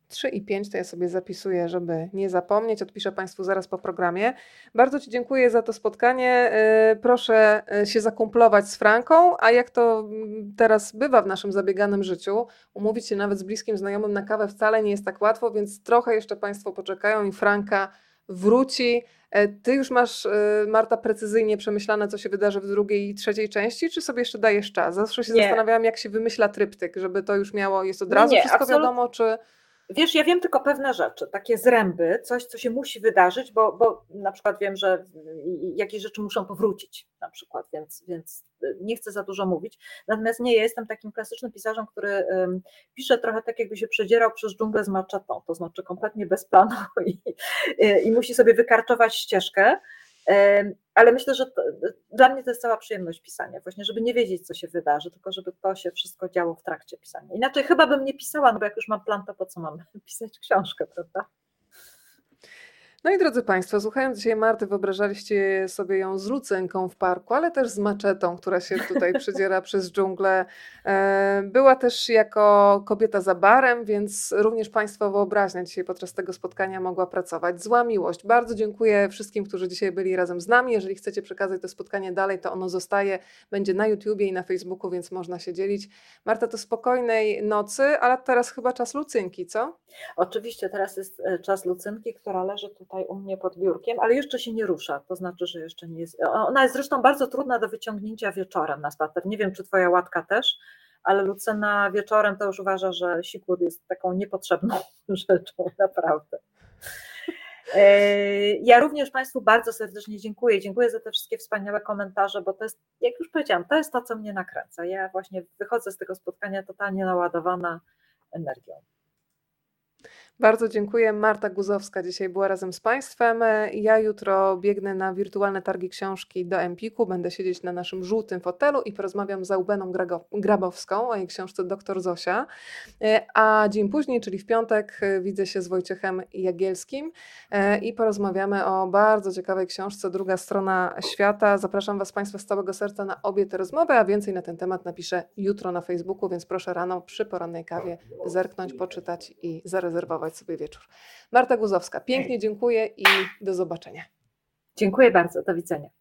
trzy i pięć to ja sobie zapisuję, żeby nie zapomnieć. Odpiszę Państwu zaraz po programie. Bardzo Ci dziękuję za to spotkanie. Proszę się zakumplować z Franką, a jak to teraz bywa w naszym zabieganym życiu, umówić się nawet z bliskim znajomym na kawę wcale nie jest tak łatwo, więc trochę jeszcze Państwo poczekają i Franka wróci. Ty już masz, Marta, precyzyjnie przemyślane, co się wydarzy w drugiej i trzeciej części, czy sobie jeszcze dajesz czas? Zawsze się Nie. zastanawiałam, jak się wymyśla tryptyk, żeby to już miało, jest od Nie, razu nie, wszystko absolut- wiadomo, czy... Wiesz, ja wiem tylko pewne rzeczy, takie zręby, coś, co się musi wydarzyć, bo, bo na przykład wiem, że jakieś rzeczy muszą powrócić na przykład, więc, więc nie chcę za dużo mówić. Natomiast nie, ja jestem takim klasycznym pisarzem, który um, pisze trochę tak, jakby się przedzierał przez dżunglę z maczetą, to znaczy kompletnie bez planu i, i musi sobie wykarczować ścieżkę. Ale myślę, że to, dla mnie to jest cała przyjemność pisania, właśnie żeby nie wiedzieć, co się wydarzy, tylko żeby to się wszystko działo w trakcie pisania. Inaczej chyba bym nie pisała, no bo jak już mam plan, to po co mam pisać książkę, prawda? No i drodzy Państwo, słuchając dzisiaj Marty, wyobrażaliście sobie ją z Lucynką w parku, ale też z maczetą, która się tutaj przedziera przez dżunglę. Była też jako kobieta za barem, więc również Państwa wyobraźnia dzisiaj podczas tego spotkania mogła pracować. Zła miłość. Bardzo dziękuję wszystkim, którzy dzisiaj byli razem z nami. Jeżeli chcecie przekazać to spotkanie dalej, to ono zostaje, będzie na YouTubie i na Facebooku, więc można się dzielić. Marta, to spokojnej nocy, ale teraz chyba czas Lucynki, co? Oczywiście teraz jest czas Lucynki, która leży tutaj u mnie pod biurkiem, ale jeszcze się nie rusza, to znaczy, że jeszcze nie jest. Ona jest zresztą bardzo trudna do wyciągnięcia wieczorem na spacer. Nie wiem, czy twoja łatka też, ale Lucyna wieczorem to już uważa, że sików jest taką niepotrzebną rzeczą, naprawdę. Ja również Państwu bardzo serdecznie dziękuję. Dziękuję za te wszystkie wspaniałe komentarze, bo to jest, jak już powiedziałam, to jest to, co mnie nakręca. Ja właśnie wychodzę z tego spotkania totalnie naładowana energią. Bardzo dziękuję. Marta Guzowska dzisiaj była razem z Państwem. Ja jutro biegnę na wirtualne targi książki do Empiku. Będę siedzieć na naszym żółtym fotelu i porozmawiam z Aubeną Grabowską o jej książce Doktor Zosia. A dzień później, czyli w piątek, widzę się z Wojciechem Jagielskim i porozmawiamy o bardzo ciekawej książce Druga strona świata. Zapraszam Was Państwa z całego serca na obie te rozmowy, a więcej na ten temat napiszę jutro na Facebooku, więc proszę rano przy porannej kawie zerknąć, poczytać i zarezerwować sobie wieczór. Marta Guzowska, pięknie dziękuję i do zobaczenia. Dziękuję bardzo, do widzenia.